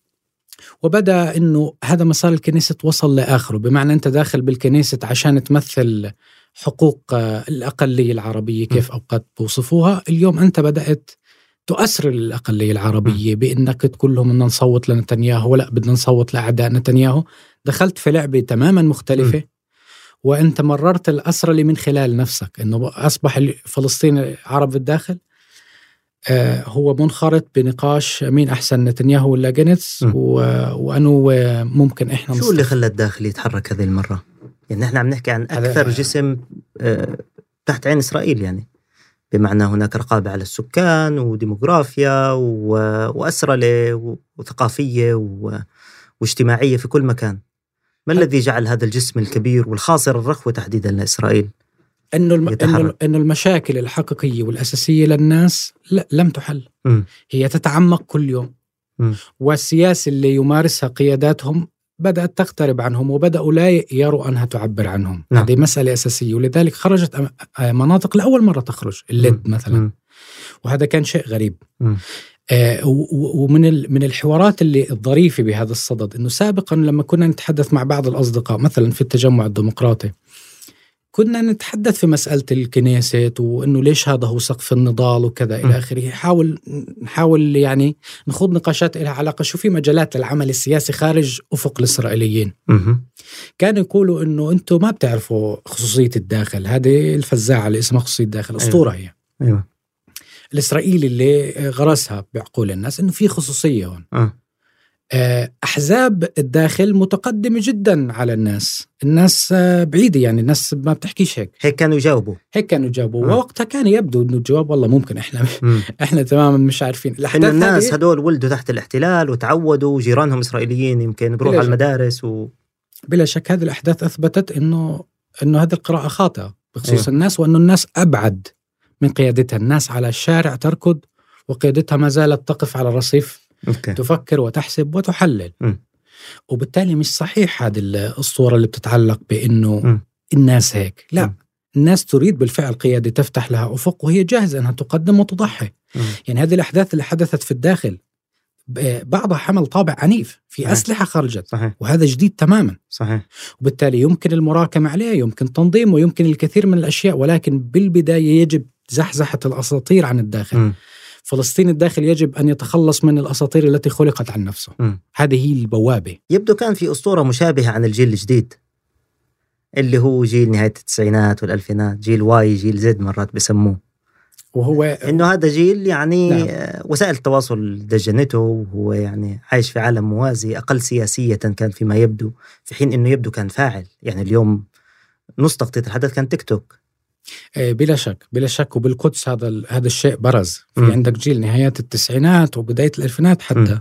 وبدأ أنه هذا مسار الكنيسة وصل لآخره، بمعنى أنت داخل بالكنيسة عشان تمثل حقوق الأقلية العربية كيف أوقات توصفوها. اليوم أنت بدأت تؤثر الأقلية العربية بأنك تقول لهم أننا نصوت لنتنياهو، ولا بدنا نصوت لأعداء نتنياهو. دخلت في لعبة تماما مختلفة، م. وأنت مررت الأسر اللي من خلال نفسك، أنه أصبح فلسطين عرب في الداخل هو منخرط بنقاش مين أحسن، نتنياهو ولا جينتس، وأنه ممكن إحنا شو نصطف. اللي خلى الداخل يتحرك هذه المرة؟ يعني إحنا عم نحكي عن أكثر جسم تحت عين إسرائيل، يعني بمعنى هناك رقابة على السكان وديموغرافيا وأسرلة وثقافية واجتماعية في كل مكان. ما الذي جعل هذا الجسم الكبير والخاصر الرخوة تحديدا لإسرائيل إنه الم... إنه إنه المشاكل الحقيقية والأساسية للناس لا لم تحل. م. هي تتعمق كل يوم. م. والسياسة اللي يمارسها قياداتهم بدأت تقترب عنهم، وبدأوا لا يروا أنها تعبر عنهم. نعم. هذه مسألة أساسية، ولذلك خرجت مناطق لأول مرة تخرج اللد مثلا. م. وهذا كان شيء غريب. م. آه ومن من الحوارات اللي الظريفة بهذا الصدد إنه سابقا لما كنا نتحدث مع بعض الأصدقاء مثلا في التجمع الديمقراطي، كنا نتحدث في مسألة الكنيسة وإنه ليش هذا هو سقف النضال وكذا إلى آخره. حاول نحاول يعني نخوض نقاشات لها علاقة شو في مجالات للعمل السياسي خارج أفق الإسرائيليين. كانوا يقولوا إنه أنتم ما بتعرفوا خصوصية الداخل، هذه الفزاعة اللي اسمها خصوصية الداخل أسطورة. هي أيوة. الإسرائيلي اللي غرسها بعقول الناس إنه في خصوصية هون. أه. أحزاب الداخل متقدمة جدا على الناس، الناس بعيدة، يعني الناس ما بتحكيش هيك. هيك كانوا يجاوبوا هيك كانوا يجاوبوا. أه. ووقتها كان يبدو إنه الجواب والله ممكن إحنا إحنا تماما مش عارفين. إن الناس هدول ولدوا تحت الاحتلال وتعودوا، جيرانهم إسرائيليين يمكن بروحوا على المدارس و... بلا شك هذه الأحداث أثبتت إنه إنه هذه القراءة خاطئة بخصوص أيوه. الناس، وإنه الناس أبعد من قيادتها. الناس على الشارع تركض وقيادتها ما زالت تقف على الرصيف. أوكي. تفكر وتحسب وتحلل. م. وبالتالي مش صحيح هذه الأسطورة اللي بتتعلق بأنه م. الناس هيك. لا، م. الناس تريد بالفعل قيادة تفتح لها أفق، وهي جاهزة أنها تقدم وتضحي. م. يعني هذه الأحداث اللي حدثت في الداخل بعضها حمل طابع عنيف، في صحيح. أسلحة خرجت. صحيح. وهذا جديد تماما. صحيح. وبالتالي يمكن المراكمة عليه، يمكن تنظيم، ويمكن الكثير من الأشياء، ولكن بالبداية يجب زحزحة الأساطير عن الداخل. م. فلسطين الداخل يجب أن يتخلص من الأساطير التي خلقت عن نفسه. م. هذه هي البوابة. يبدو كان في أسطورة مشابهة عن الجيل الجديد اللي هو جيل نهاية التسعينات والألفينات، جيل واي، جيل زد مرات بسموه، وهو إنه هذا جيل يعني نعم. وسائل التواصل دجنته، وهو يعني عايش في عالم موازي أقل سياسية كان فيما يبدو، في حين إنه يبدو كان فاعل. يعني اليوم نص تغطية الحدث كان تيك توك. بلا شك بلا شك وبالقدس هذا هذا الشيء برز. في م. عندك جيل نهايات التسعينات وبداية الألفينات حتى م.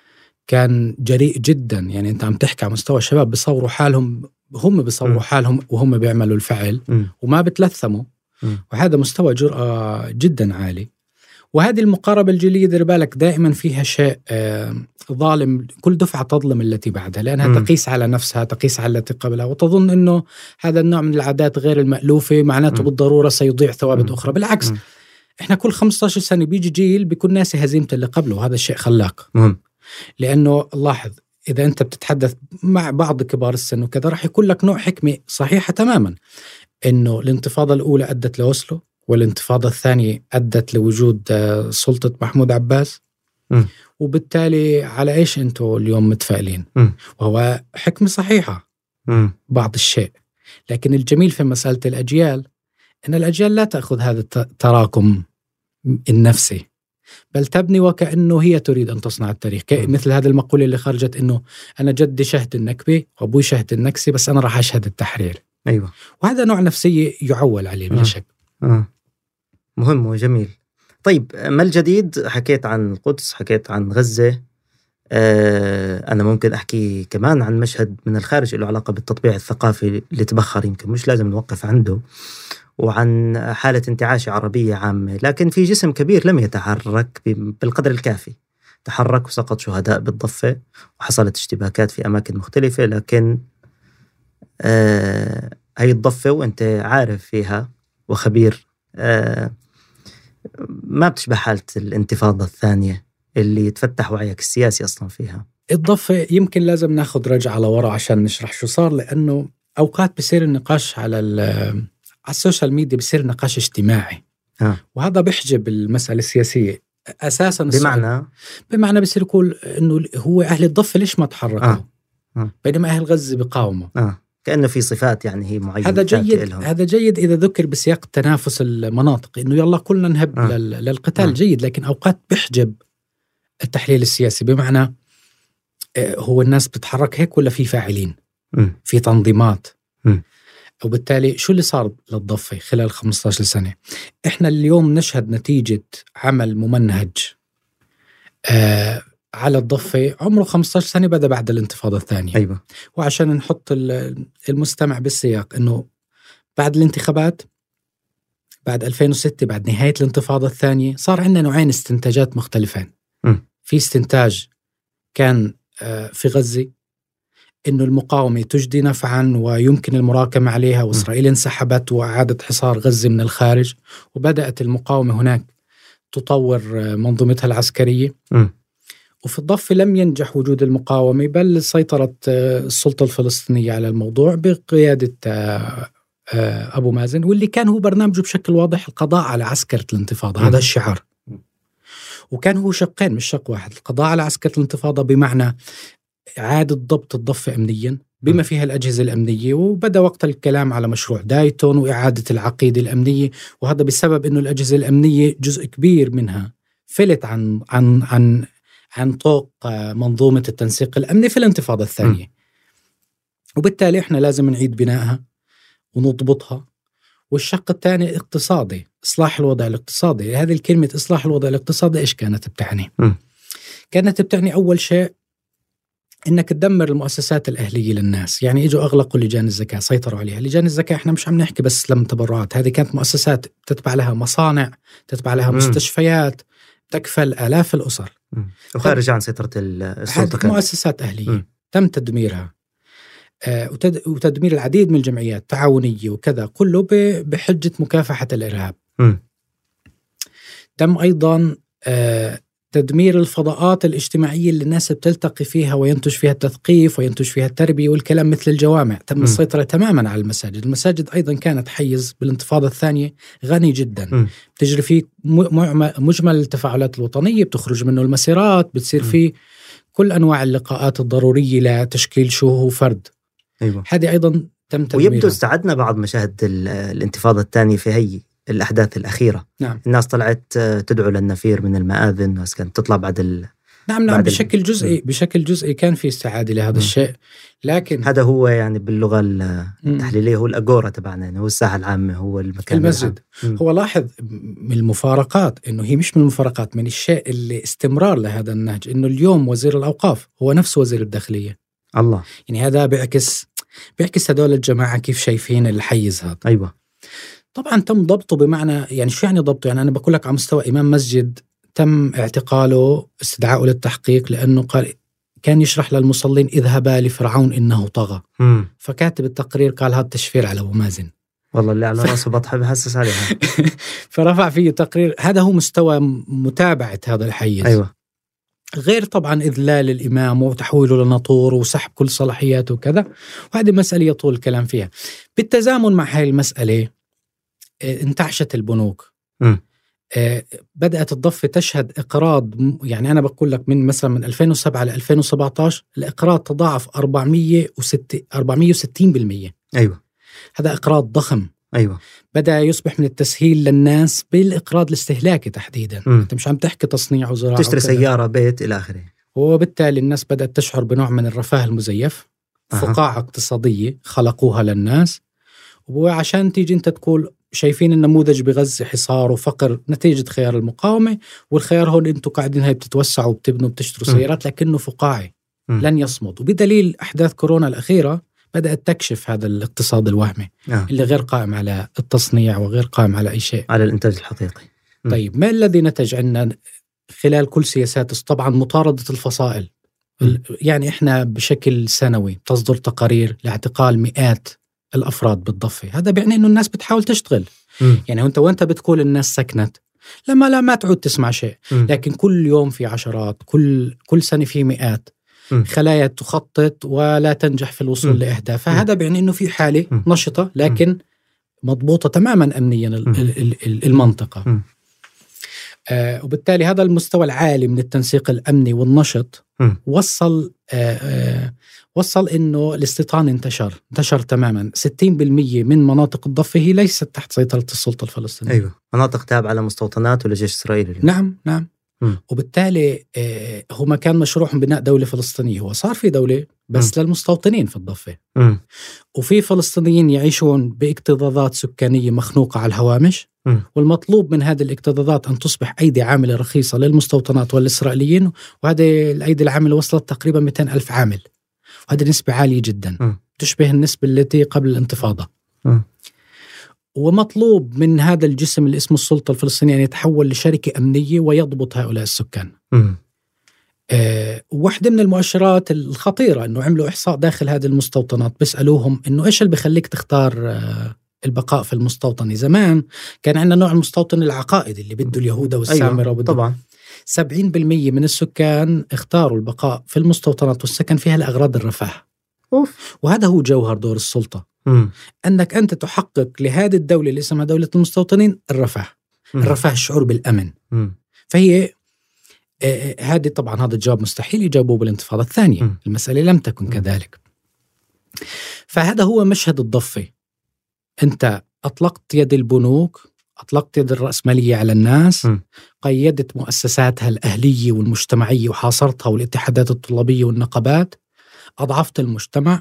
كان جريء جدا. يعني أنت عم تحكي على مستوى الشباب بيصوروا حالهم، هم بيصوروا م. حالهم وهم بيعملوا الفعل م. وما بتلثموا. م. وهذا مستوى جرأة جدا عالي. وهذه المقاربة الجيلية دير بالك دائما فيها شيء آه ظالم، كل دفعة تظلم التي بعدها، لأنها م. تقيس على نفسها، تقيس على التي قبلها، وتظن أنه هذا النوع من العادات غير المألوفة معناته م. بالضرورة سيضيع ثوابت م. أخرى. بالعكس، م. إحنا كل خمسة عشر سنة بيجي جيل بيكون ناسي هزيمة اللي قبله، وهذا الشيء خلاق. م. لأنه لاحظ إذا أنت بتتحدث مع بعض كبار السن وكذا راح يكون لك نوع حكمة صحيحة تماما، إنه الانتفاضة الأولى أدت لوسلو، والانتفاضة الثانية أدت لوجود سلطة محمود عباس. م. وبالتالي على إيش أنتوا اليوم متفائلين؟ م. وهو حكمة صحيحة م. بعض الشيء. لكن الجميل في مسألة الأجيال أن الأجيال لا تأخذ هذا التراكم النفسي، بل تبني وكأنه هي تريد أن تصنع التاريخ. مثل هذا المقولة اللي خرجت إنه أنا جدي شهد النكبة وأبوي شهد النكسة، بس أنا راح أشهد التحرير. أيوة. وهذا نوع نفسية يعول عليه بلا شك. آه. مهم وجميل. طيب، ما الجديد؟ حكيت عن القدس، حكيت عن غزة. آه أنا ممكن أحكي كمان عن مشهد من الخارج له علاقة بالتطبيع الثقافي اللي تبخر، يمكن مش لازم نوقف عنده، وعن حالة انتعاش عربية عامة. لكن في جسم كبير لم يتحرك بالقدر الكافي. تحرك وسقط شهداء بالضفة، وحصلت اشتباكات في أماكن مختلفة، لكن آه هاي الضفة وأنت عارف فيها وخبير، آه ما بتشبه حالة الانتفاضة الثانية اللي يتفتح وعيك السياسي أصلا فيها. الضفة يمكن لازم ناخد رجعة على وراء عشان نشرح شو صار، لأنه أوقات بصير النقاش على على السوشيال ميديا بصير نقاش اجتماعي. آه. وهذا بيحجب المسألة السياسية أساسا. بمعنى بمعنى بصير يقول إنه هو أهل الضفة ليش ما تحركوا؟ آه. آه. بينما أهل غزة بقاوموا. آه. كأنه في صفات يعني هي معينة. هذا جيد، هذا جيد إذا ذكر بسياق تنافس المناطق، إنه يلا كلنا نهب آه. للقتال آه. جيد، لكن أوقات بيحجب التحليل السياسي، بمعنى هو الناس بتتحرك هيك ولا في فاعلين م. في تنظيمات م. وبالتالي شو اللي صار للضفة خلال خمسة عشر سنة؟ إحنا اليوم نشهد نتيجة عمل ممنهج آه على الضفة عمره خمسة عشر سنة، بدأ بعد الانتفاضة الثانية. أيوة. وعشان نحط المستمع بالسياق، إنه بعد الانتخابات بعد ألفين وستة بعد نهاية الانتفاضة الثانية صار عندنا نوعين استنتاجات مختلفين. م. في استنتاج كان آه في غزة إنه المقاومة تجدي نفعا ويمكن المراكمة عليها، وإسرائيل انسحبت وأعادت حصار غزة من الخارج، وبدأت المقاومة هناك تطور منظومتها العسكرية. م. وفي الضفة لم ينجح وجود المقاومة، بل سيطرت السلطة الفلسطينية على الموضوع بقيادة أبو مازن، واللي كان هو برنامجه بشكل واضح القضاء على عسكرة الانتفاضة. م. هذا الشعار. وكان هو شقين مش شق واحد، القضاء على عسكرة الانتفاضة بمعنى إعادة ضبط الضفة أمنيا بما فيها الأجهزة الأمنية، وبدأ وقت الكلام على مشروع دايتون وإعادة العقيدة الأمنية، وهذا بسبب أنه الأجهزة الأمنية جزء كبير منها فلت عن عن عن عن طوق منظومة التنسيق الأمني في الانتفاضة الثانية. م. وبالتالي إحنا لازم نعيد بنائها ونضبطها. والشق الثاني اقتصادي، إصلاح الوضع الاقتصادي. هذه الكلمة إصلاح الوضع الاقتصادي إيش كانت بتعني؟ م. كانت بتعني أول شيء إنك تدمر المؤسسات الأهلية للناس. يعني إجوا أغلقوا لجان الزكاة، سيطروا عليها. لجان الزكاة إحنا مش عم نحكي بس لم تبرعات، هذه كانت مؤسسات تتبع لها مصانع، تتبع لها مم. مستشفيات، تكفل آلاف الأسر، وخارج عن سيطرة السلطة. مؤسسات أهلية مم. تم تدميرها، آه وتد... وتدمير العديد من الجمعيات تعاونية وكذا، كله ب... بحجة مكافحة الإرهاب. مم. تم أيضا آه تدمير الفضاءات الاجتماعية اللي الناس بتلتقي فيها وينتج فيها التثقيف وينتج فيها التربية والكلام، مثل الجوامع. تم م. السيطرة تماما على المساجد. المساجد أيضا كانت حيز بالانتفاضة الثانية غني جدا، م. بتجري فيه مجمل التفاعلات الوطنية، بتخرج منه المسيرات، بتصير فيه كل أنواع اللقاءات الضرورية لتشكيل شو فرد. أيوة. هذه أيضا تم تدميرها. ويبدو استعدنا بعض مشاهد الانتفاضة الثانية في هي الأحداث الأخيرة. نعم. الناس طلعت تدعو للنفير من المآذن، الناس كانت تطلع بعد ال نعم نعم بشكل جزئي بشكل جزئي كان في استعادة لهذا م. الشيء، لكن هذا هو يعني باللغة التحليلية هو الأجورة تبعنا، يعني هو الساحة العامة، هو المكان المسجد. هو لاحظ من المفارقات إنه هي مش من المفارقات، من الشيء اللي استمرار لهذا النهج، إنه اليوم وزير الأوقاف هو نفس وزير الداخلية. الله. يعني هذا بيعكس بيعكس هدول الجماعة كيف شايفين الحيز هذا. أيوة. طبعا تم ضبطه، بمعنى يعني شو يعني ضبطه؟ يعني أنا بقول لك على مستوى إمام مسجد تم اعتقاله، استدعائه للتحقيق، لأنه قال كان يشرح للمصلين اذهبا لفرعون إنه طغى. م. فكاتب التقرير قال هذا تشفير على أبو مازن. والله اللي على راسه بطحة بحسس عليها. فرفع فيه تقرير. هذا هو مستوى متابعة هذا الحيز. أيوة. غير طبعا إذلال الإمام وتحويله لناطور وسحب كل صلاحياته وكذا، وهذه مسألة يطول الكلام فيها. بالتزامن مع هاي المسألة انتعشت البنوك. م. بدأت الضفة تشهد إقراض، يعني أنا بقول لك من مثلا من ألفين وسبعة ل ألفين وسبعة عشر الإقراض تضاعف أربعمية وستين بالمية. أيوة. هذا إقراض ضخم. أيوة. بدأ يصبح من التسهيل للناس بالإقراض الاستهلاكي تحديدا. م. أنت مش عم تحكي تصنيع وزراعة، تشتري سيارة، بيت إلى آخره. وبالتالي الناس بدأت تشعر بنوع من الرفاه المزيف. أه. فقاعة اقتصادية خلقوها للناس، وعشان تيجي أنت تقول شايفين النموذج بغزة حصار وفقر نتيجة خيار المقاومة، والخيار هون أنتوا قاعدين هاي بتتوسعوا وبتبنوا بتشتروا سيارات، لكنه فقاعي م. لن يصمد. وبدليل أحداث كورونا الأخيرة بدأت تكشف هذا الاقتصاد الوهمي آه. اللي غير قائم على التصنيع وغير قائم على أي شيء، على الإنتاج الحقيقي. م. طيب ما الذي نتج عنا خلال كل سياسات؟ طبعا مطاردة الفصائل. م. يعني إحنا بشكل سنوي تصدر تقارير لاعتقال مئات الأفراد بالضفة. هذا بيعني إنه الناس بتحاول تشتغل. م. يعني أنت وأنت بتقول الناس سكنت، لما لا ما تعود تسمع شيء، م. لكن كل يوم في عشرات، كل كل سنة في مئات م. خلايا تخطط ولا تنجح في الوصول م. لأهدافها. فهذا بيعني إنه في حالة م. نشطة لكن م. مضبوطة تماما أمنيا المنطقة. م. آه وبالتالي هذا المستوى العالي من التنسيق الأمني والنشط م. وصل آه آه وصل إنه الاستيطان انتشر انتشر تماما. ستين بالمئة من مناطق الضفة هي ليست تحت سيطرة السلطة الفلسطينية. أيوة، مناطق تابعة لمستوطنات ولا جيش إسرائيل اليوم. نعم نعم. م. وبالتالي آه هما كان مشروعهم بناء دولة فلسطينية، هو صار في دولة بس م. للمستوطنين في الضفة. م. وفي فلسطينيين يعيشون باكتظاظات سكانية مخنوقة على الهوامش، م. والمطلوب من هذه الاكتظاظات أن تصبح أيدي عاملة رخيصة للمستوطنات والإسرائيليين، وهذه الأيدي العاملة وصلت تقريبا مئتين ألف عامل، وهذه نسبة عالية جدا م. تشبه النسبة التي قبل الانتفاضة. م. ومطلوب من هذا الجسم اللي اسمه السلطة الفلسطينية أن يتحول لشركة أمنية ويضبط هؤلاء السكان. آه واحدة من المؤشرات الخطيرة أنه عملوا إحصاء داخل هذه المستوطنات، بيسألوهم أنه إيش اللي بيخليك تختار آه البقاء في المستوطن. زمان كان عندنا نوع المستوطن العقائدي اللي بده اليهودة والسامرة. أيوة طبعا. سبعين بالمئة من السكان اختاروا البقاء في المستوطنات والسكن فيها لأغراض الرفاه. أوف. وهذا هو جوهر دور السلطة، م. أنك أنت تحقق لهذه الدولة اللي اسمها دولة المستوطنين الرفاه. م. الرفاه الشعور بالأمن. م. فهي آه هذه طبعا هذا الجواب مستحيل يجاوبوه بالانتفاضة الثانية. م. المسألة لم تكن م. كذلك. فهذا هو مشهد الضفة. أنت أطلقت يد البنوك، أطلقت يد الرأسمالية على الناس، م. قيدت مؤسساتها الأهلية والمجتمعية وحاصرتها، والاتحادات الطلابية والنقابات، أضعفت المجتمع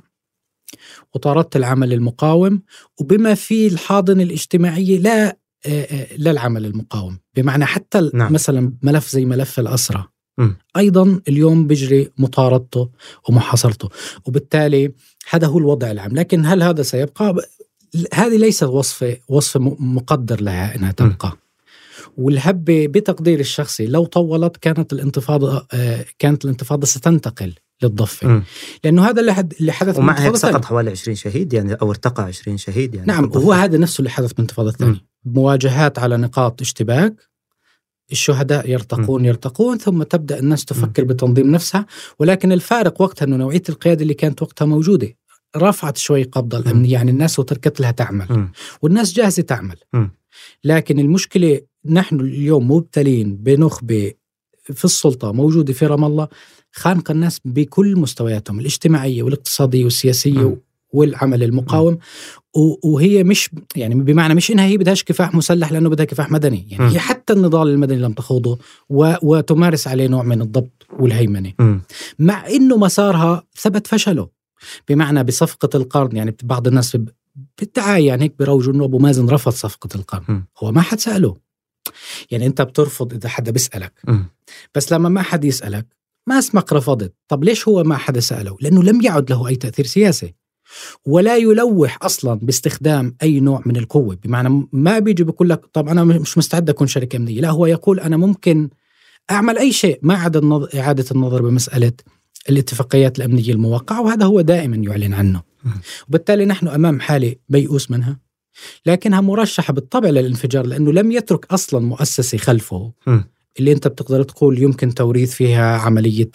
وطاردت العمل المقاوم، وبما فيه الحاضنة الاجتماعية لا لا العمل المقاوم. بمعنى حتى نعم. مثلا ملف زي ملف الأسرة م. أيضا اليوم بيجري مطاردته ومحاصرته، وبالتالي هذا هو الوضع العام. لكن هل هذا سيبقى؟ هذه ليست وصفة وصفة مقدر لها أنها تبقى. م. والهبة بتقدير الشخصي لو طولت كانت الانتفاضة كانت الانتفاضة ستنتقل للضفة. م. لأنه هذا اللي حدث. ومع هيك سقط حوالي عشرين شهيد يعني، أو ارتقى عشرين شهيد يعني. نعم، وهو هذا نفسه اللي حدث بالانتفاضة الثانية. مواجهات على نقاط اشتباك، الشهداء يرتقون م. يرتقون ثم تبدأ الناس تفكر م. بتنظيم نفسها. ولكن الفارق وقتها أنه نوعية القيادة اللي كانت وقتها موجودة رفعت شوي قبضة الأمن، يعني الناس وتركت لها تعمل م. والناس جاهزة تعمل. م. لكن المشكلة نحن اليوم مبتلين بنخبة في السلطة موجودة في رام الله خانق الناس بكل مستوياتهم الاجتماعية والاقتصادية والسياسية م. والعمل المقاوم م. وهي مش يعني بمعنى مش إنها هي بدهاش كفاح مسلح لأنه بدها كفاح مدني، يعني م. هي حتى النضال المدني لم تخوضه وتمارس عليه نوع من الضبط والهيمنة م. مع إنه مسارها ثبت فشله. بمعنى بصفقة القرن، يعني بعض الناس بالدعاية يعني هيك بيروجوا إنه أبو مازن رفض صفقة القرن. م. هو ما حد سأله. يعني أنت بترفض إذا حدا بيسألك م. بس لما ما حد يسألك ما اسمك رفضت. طب ليش هو ما حدا سأله؟ لأنه لم يعد له أي تأثير سياسي ولا يلوح أصلا باستخدام أي نوع من القوة. بمعنى ما بيجي بيقول لك طب أنا مش مستعد أكون شركة أمنية، لا هو يقول أنا ممكن أعمل أي شيء ما عدا النظ... إعادة النظر بمسألة الاتفاقيات الأمنية الموقعة، وهذا هو دائما يعلن عنه. م. وبالتالي نحن أمام حالة ميؤوس منها، لكنها مرشحة بالطبع للانفجار، لأنه لم يترك أصلا مؤسسة خلفه م. اللي أنت بتقدر تقول يمكن توريث فيها عملية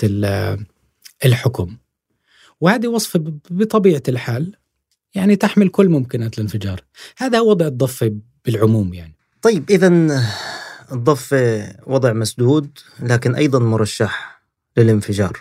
الحكم. وهذه وصفة بطبيعة الحال يعني تحمل كل ممكنات الانفجار. هذا وضع الضفة بالعموم يعني. طيب إذن الضفة وضع مسدود لكن أيضا مرشح للانفجار،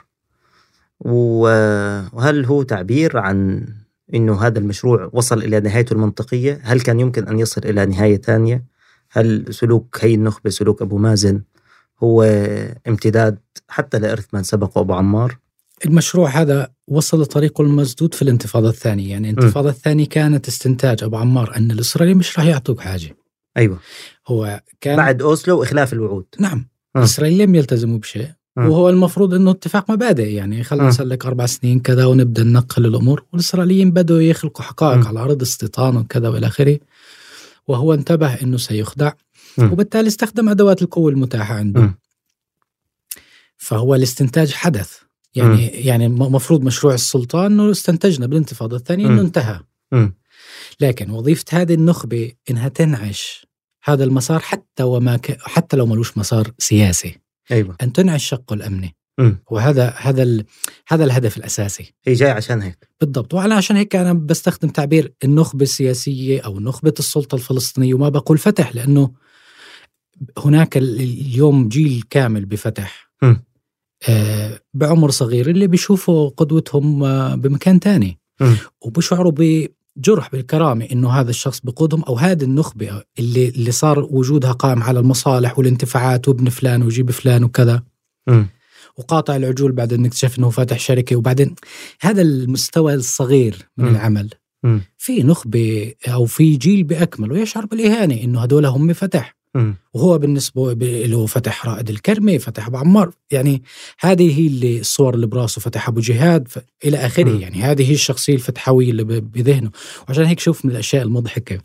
وهل هو تعبير عن إنه هذا المشروع وصل إلى نهايته المنطقية؟ هل كان يمكن أن يصل إلى نهاية ثانية؟ هل سلوك هي النخبة سلوك أبو مازن هو امتداد حتى لإرث من سبق أبو عمار؟ المشروع هذا وصل طريقه المسدود في الانتفاضة الثانية. يعني الانتفاضة م. الثانية كانت استنتاج أبو عمار أن الإسرائيليين مش راح يعطوك حاجة. أيوة. هو كان بعد أوسلو وإخلاف الوعود. نعم. الإسرائيليين لم يلتزموا بشيء، وهو المفروض أنه اتفاق مبادئ، يعني خلنا نسلك أربع سنين كذا ونبدأ ننقل الأمور، والإسرائيليين بدوا يخلقوا حقائق م. على أرض استيطان وكذا وإلى آخره، وهو انتبه أنه سيخدع م. وبالتالي استخدم أدوات القوة المتاحة عنده. م. فهو الاستنتاج حدث يعني م. يعني مفروض مشروع السلطان أنه استنتجنا بالانتفاضة الثانية أنه انتهى. م. لكن وظيفة هذه النخبة إنها تنعش هذا المسار حتى وما ك... حتى لو ملوش مسار سياسي. أيوة. أن تنعش الشق الأمني. م. وهذا هذا ال... هذا الهدف الأساسي. هي جاي عشان هيك بالضبط. وعلى عشان هيك أنا بستخدم تعبير النخبة السياسية أو نخبة السلطة الفلسطينية، وما بقول فتح لأنه هناك اليوم جيل كامل بفتح م. بعمر صغير اللي بيشوفوا قدوتهم بمكان تاني م. وبيشعروا بجرح بالكرامة إنه هذا الشخص بقودهم، أو هذه النخبة اللي اللي صار وجودها قائم على المصالح والانتفاعات وابن فلان وجيب فلان وكذا م. وقاطع العجول بعد أن اكتشف أنه فاتح شركة. وبعدين هذا المستوى الصغير من م. العمل م. في نخبة أو في جيل بأكمل ويشعر بالإهانة إنه هدول هم فتح م. وهو بالنسبة له فتح رائد الكرمي، فتح أبو عمار، يعني هذه هي اللي الصور اللي براسه، فتح أبو جهاد ف... إلى آخره م. يعني هذه هي الشخصية الفتحوية اللي بذهنه. وعشان هيك شوف من الأشياء المضحكة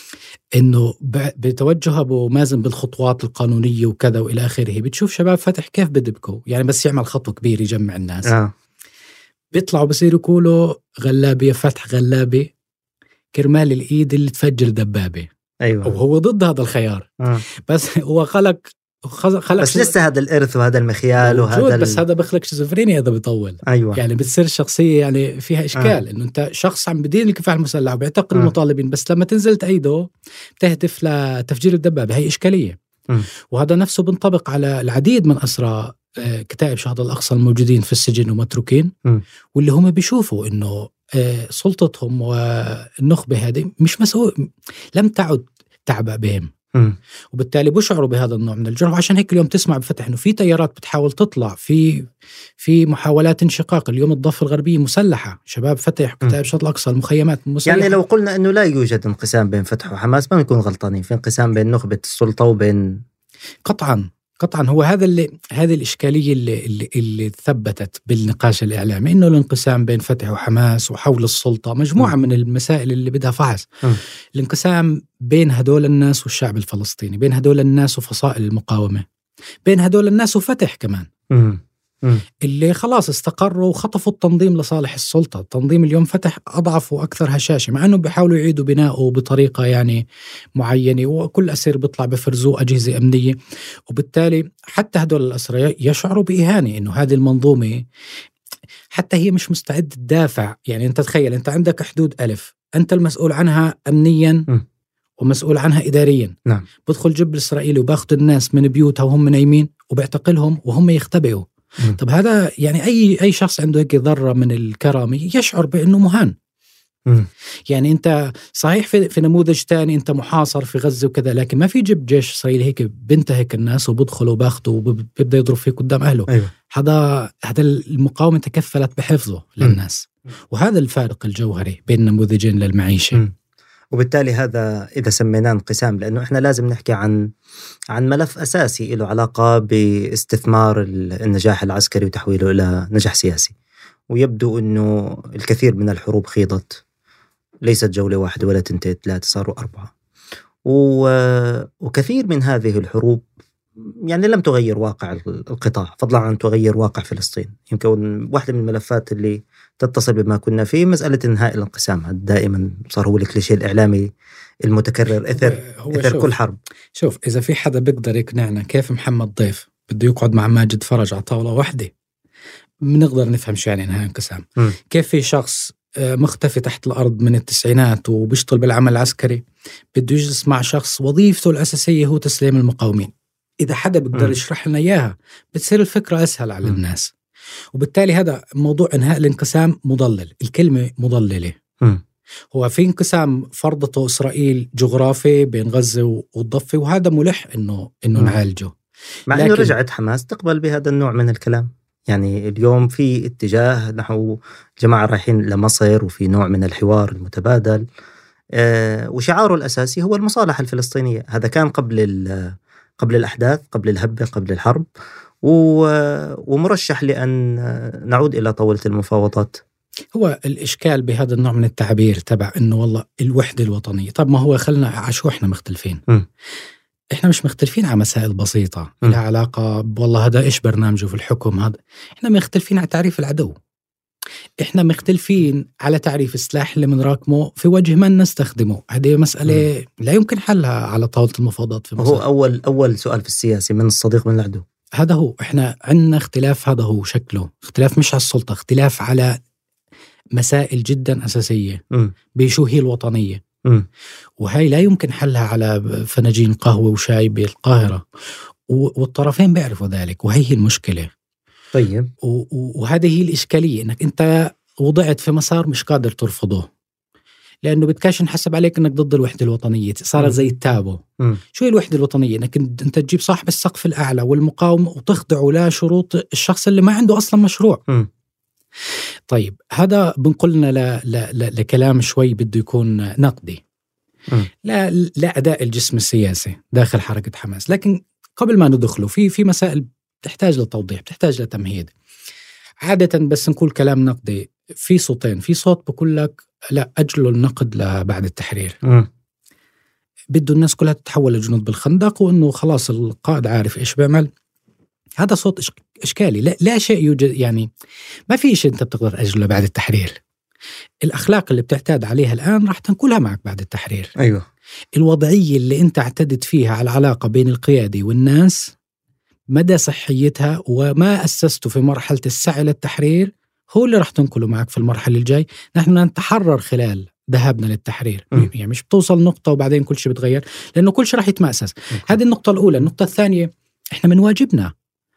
إنه بتوجه أبو مازن بالخطوات القانونية وكذا وإلى آخره، بتشوف شباب فتح كيف بدبكوا، يعني بس يعمل خطوة كبيرة يجمع الناس آه. بيطلعوا بصيروا يقولوا غلابي يا فتح غلابي كرمال الإيد اللي تفجر دبابة. أيوة. وهو ضد هذا الخيار آه. بس هو خلق خلق بس لسه هذا الإرث وهذا المخيال وهذا بس ال... هذا بخلق شيزوفرينيا إذا بيطول. أيوة. يعني بتصير الشخصية يعني فيها إشكال آه. إنه أنت شخص عم بدين الكفاح المسلح وبيعتقل آه. المطالبين، بس لما تنزل تأيده بتهدف لتفجير الدبابة، هي إشكالية م. وهذا نفسه بنطبق على العديد من أسرى كتائب شهداء الأقصى الموجودين في السجن ومتروكين م. واللي هم بيشوفوا إنه سلطتهم والنخبة هذه مش مسؤول، لم تعد تعبأ بهم م. وبالتالي بشعروا بهذا النوع من الجرح. وعشان هيك اليوم تسمع بفتح إنه في تيارات بتحاول تطلع في في محاولات انشقاق. اليوم الضفة الغربية مسلحة، شباب فتح كتائب شهداء الأقصى المخيمات مسلحة. يعني لو قلنا إنه لا يوجد انقسام بين فتح وحماس ما نكون غلطانين، في انقسام بين نخبة السلطة وبين قطعاً قطعاً هو هذا اللي هذه الإشكالية اللي اللي, اللي ثبتت بالنقاش الإعلامي، إنه الانقسام بين فتح وحماس وحول السلطة مجموعة م. من المسائل اللي بدها فحص. م. الانقسام بين هدول الناس والشعب الفلسطيني، بين هدول الناس وفصائل المقاومة، بين هدول الناس وفتح كمان م. م. اللي خلاص استقروا وخطفوا التنظيم لصالح السلطة. التنظيم اليوم فتح أضعف وأكثر هشاشة، مع أنه بيحاولوا يعيدوا بناؤه بطريقة يعني معينة، وكل أسير بيطلع بفرزوه أجهزة أمنية، وبالتالي حتى هدول الأسرى يشعروا بإهانة إنه هذه المنظومة حتى هي مش مستعد تدافع. يعني أنت تخيل أنت عندك حدود ألف، أنت المسؤول عنها أمنيا م. ومسؤول عنها إداريا. نعم. بدخل جب الإسرائيلي وباخد الناس من بيوتها وهم نايمين وبيعتقلهم وهم يختبئوا. م. طب هذا يعني أي أي شخص عنده هيك ذرة من الكرامة يشعر بأنه مهان. م. يعني أنت صحيح في, في نموذج تاني أنت محاصر في غزة وكذا، لكن ما في جب جيش إسرائيلي هيك بنتهك الناس وبدخلوا وباخدوا وبيبدأ يضرب فيه قدام أهله. أيوة. هذا هذا المقاومة تكفلت بحفظه م. للناس. وهذا الفارق الجوهري بين نموذجين للمعيشة. م. وبالتالي هذا إذا سميناه انقسام، لأنه إحنا لازم نحكي عن عن ملف أساسي له علاقة باستثمار النجاح العسكري وتحويله إلى نجاح سياسي. ويبدو أنه الكثير من الحروب خيضت، ليست جولة واحدة ولا تنتين ثلاثة، صاروا أربعة، وكثير من هذه الحروب يعني لم تغير واقع القطاع، فضلا عن تغير واقع فلسطين. يمكن واحدة من الملفات اللي تتصل بما كنا فيه مسألة انهاء الانقسام. دائما صار هو الكليشيه الإعلامي المتكرر إثر, إثر كل حرب. شوف إذا في حدا بيقدر يقنعنا كيف محمد ضيف بده يقعد مع ماجد فرج على طاولة واحدة بنقدر نفهم شو يعني انهاء الانقسام. م. كيف في شخص مختفي تحت الأرض من التسعينات وبيشتغل بالعمل العسكري بده يجلس مع شخص وظيفته الأساسية هو تسليم المقاومين. إذا حدا بيقدر يشرح لنا إياها بتصير الفكرة أسهل على م. الناس. وبالتالي هذا موضوع إنهاء الانقسام مضلل، الكلمة مضللة. م. هو في انقسام فرضته إسرائيل جغرافي بين غزة والضفة، وهذا ملح إنه إنه م. نعالجه. مع إنه رجعت حماس تقبل بهذا النوع من الكلام. يعني اليوم في اتجاه نحو جماعة رايحين لمصر وفي نوع من الحوار المتبادل، أه وشعاره الأساسي هو المصالحة الفلسطينية. هذا كان قبل قبل الأحداث، قبل الهبة، قبل الحرب، ومرشح لأن نعود إلى طاولة المفاوضات. هو الإشكال بهذا النوع من التعبير تبع إنه والله الوحدة الوطنية. طب ما هو خلنا عشو إحنا مختلفين. م. إحنا مش مختلفين على مسائل بسيطة م. لها علاقة والله هذا إيش برنامجه في الحكم. هذا إحنا مختلفين على تعريف العدو، إحنا مختلفين على تعريف السلاح اللي منراكمه في وجه من نستخدمه. هذه مسألة م. لا يمكن حلها على طاولة المفاوضات في مصر. هو أول أول سؤال في السياسي، من الصديق من العدو. هذا هو إحنا عندنا اختلاف، هذا هو شكله اختلاف مش على السلطة، اختلاف على مسائل جدا أساسية م. بشو هي الوطنية. م. وهي لا يمكن حلها على فناجين قهوة وشاي بالقاهرة، والطرفين بيعرفوا ذلك، وهي المشكلة. طيب. وهذه هي الإشكالية، إنك أنت وضعت في مسار مش قادر ترفضه، لأنه بتكاش نحسب عليك إنك ضد الوحدة الوطنية، صارت زي التابو. م. شو هي الوحدة الوطنية؟ إنك أنت تجيب صاحب السقف الأعلى والمقاومة وتخضعه لا شروط الشخص اللي ما عنده أصلا مشروع. م. طيب هذا بنقلنا ل... ل... ل... لكلام شوي بده يكون نقدي م. لا لا أداء الجسم السياسي داخل حركة حماس. لكن قبل ما ندخله في في مسائل بتحتاج لتوضيح، بتحتاج لتمهيد. عادة بس نقول كلام نقدي في صوتين، في صوت بقول لك لا أجلوا النقد لبعد التحرير، م. بده الناس كلها تتحول لجنود بالخندق وإنه خلاص القائد عارف إيش بيعمل. هذا صوت إشكالي، لا, لا شيء يوجد، يعني ما في شيء أنت بتقدر أجله بعد التحرير. الأخلاق اللي بتعتاد عليها الآن راح تنقلها معك بعد التحرير. أيوة. الوضعية اللي أنت اعتدت فيها على العلاقة بين القيادة والناس مدى صحيتها وما أسسته في مرحلة السعي للتحرير هو اللي راح تنقله معك في المرحلة الجاي. نحن نتحرر خلال ذهابنا للتحرير، م. يعني مش بتوصل نقطة وبعدين كل شيء بتغير، لأنه كل شيء راح يتمأسس. هذه النقطة الأولى. النقطة الثانية، إحنا من واجبنا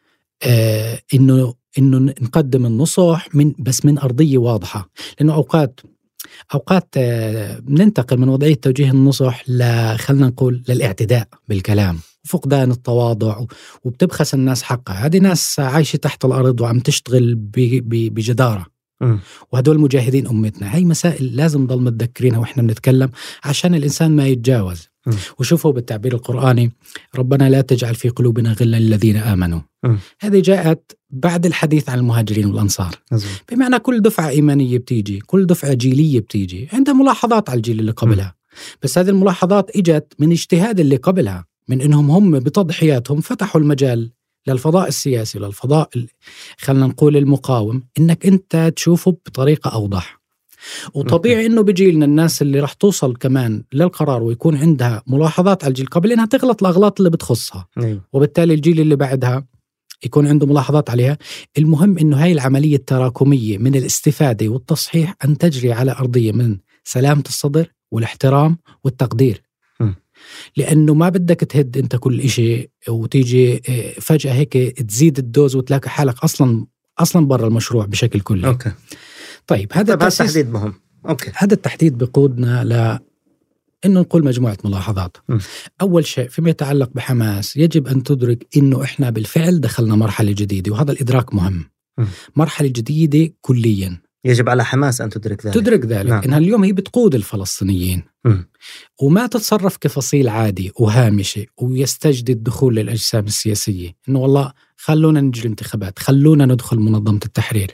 آه إنه إنه نقدم النصح من بس من أرضية واضحة، لأنه أوقات أوقات آه ننتقل من وضعية توجيه النصح ل خلنا نقول للاعتداء بالكلام وفقدان التواضع، وبتبخس الناس حقها. هذه ناس عايشة تحت الأرض وعم تشتغل بجدارة، م. وهدول مجاهدين أمتنا. هاي مسائل لازم نضل متذكرينها وإحنا بنتكلم عشان الإنسان ما يتجاوز. م. وشوفوا بالتعبير القرآني ربنا لا تجعل في قلوبنا غلا للذين آمنوا. م. هذه جاءت بعد الحديث عن المهاجرين والأنصار، مزم. بمعنى كل دفعة إيمانية بتيجي، كل دفعة جيلية بتيجي عندها ملاحظات على الجيل اللي قبلها، م. بس هذه الملاحظات إجت من اجتهاد اللي قبلها، من إنهم هم بتضحياتهم فتحوا المجال للفضاء السياسي، للفضاء خلنا نقول المقاوم، إنك أنت تشوفه بطريقة أوضح. وطبيعي إنه بجيلنا الناس اللي رح توصل كمان للقرار ويكون عندها ملاحظات على الجيل قبل إنها تغلط الأغلاط اللي بتخصها، وبالتالي الجيل اللي بعدها يكون عنده ملاحظات عليها. المهم إنه هاي العملية التراكمية من الاستفادة والتصحيح أن تجري على أرضية من سلامة الصدر والاحترام والتقدير، لأنه ما بدك تهد أنت كل إشي وتيجي فجأة هيك تزيد الدوز وتلاقي حالك أصلاً أصلاً برا المشروع بشكل كلي. أوكي. طيب هذا التحديد مهم. أوكي. هذا التحديد بقودنا ل إنه نقول مجموعة ملاحظات. م. أول شيء فيما يتعلق بحماس يجب أن تدرك إنه إحنا بالفعل دخلنا مرحلة جديدة، وهذا الإدراك مهم. م. مرحلة جديدة كلياً. يجب على حماس أن تدرك ذلك. تدرك ذلك. نعم. إنها اليوم هي بتقود الفلسطينيين، م. وما تتصرف كفصيل عادي وهامشي ويستجدي الدخول للأجسام السياسية، إنه والله خلونا نجري انتخابات، خلونا ندخل منظمة التحرير.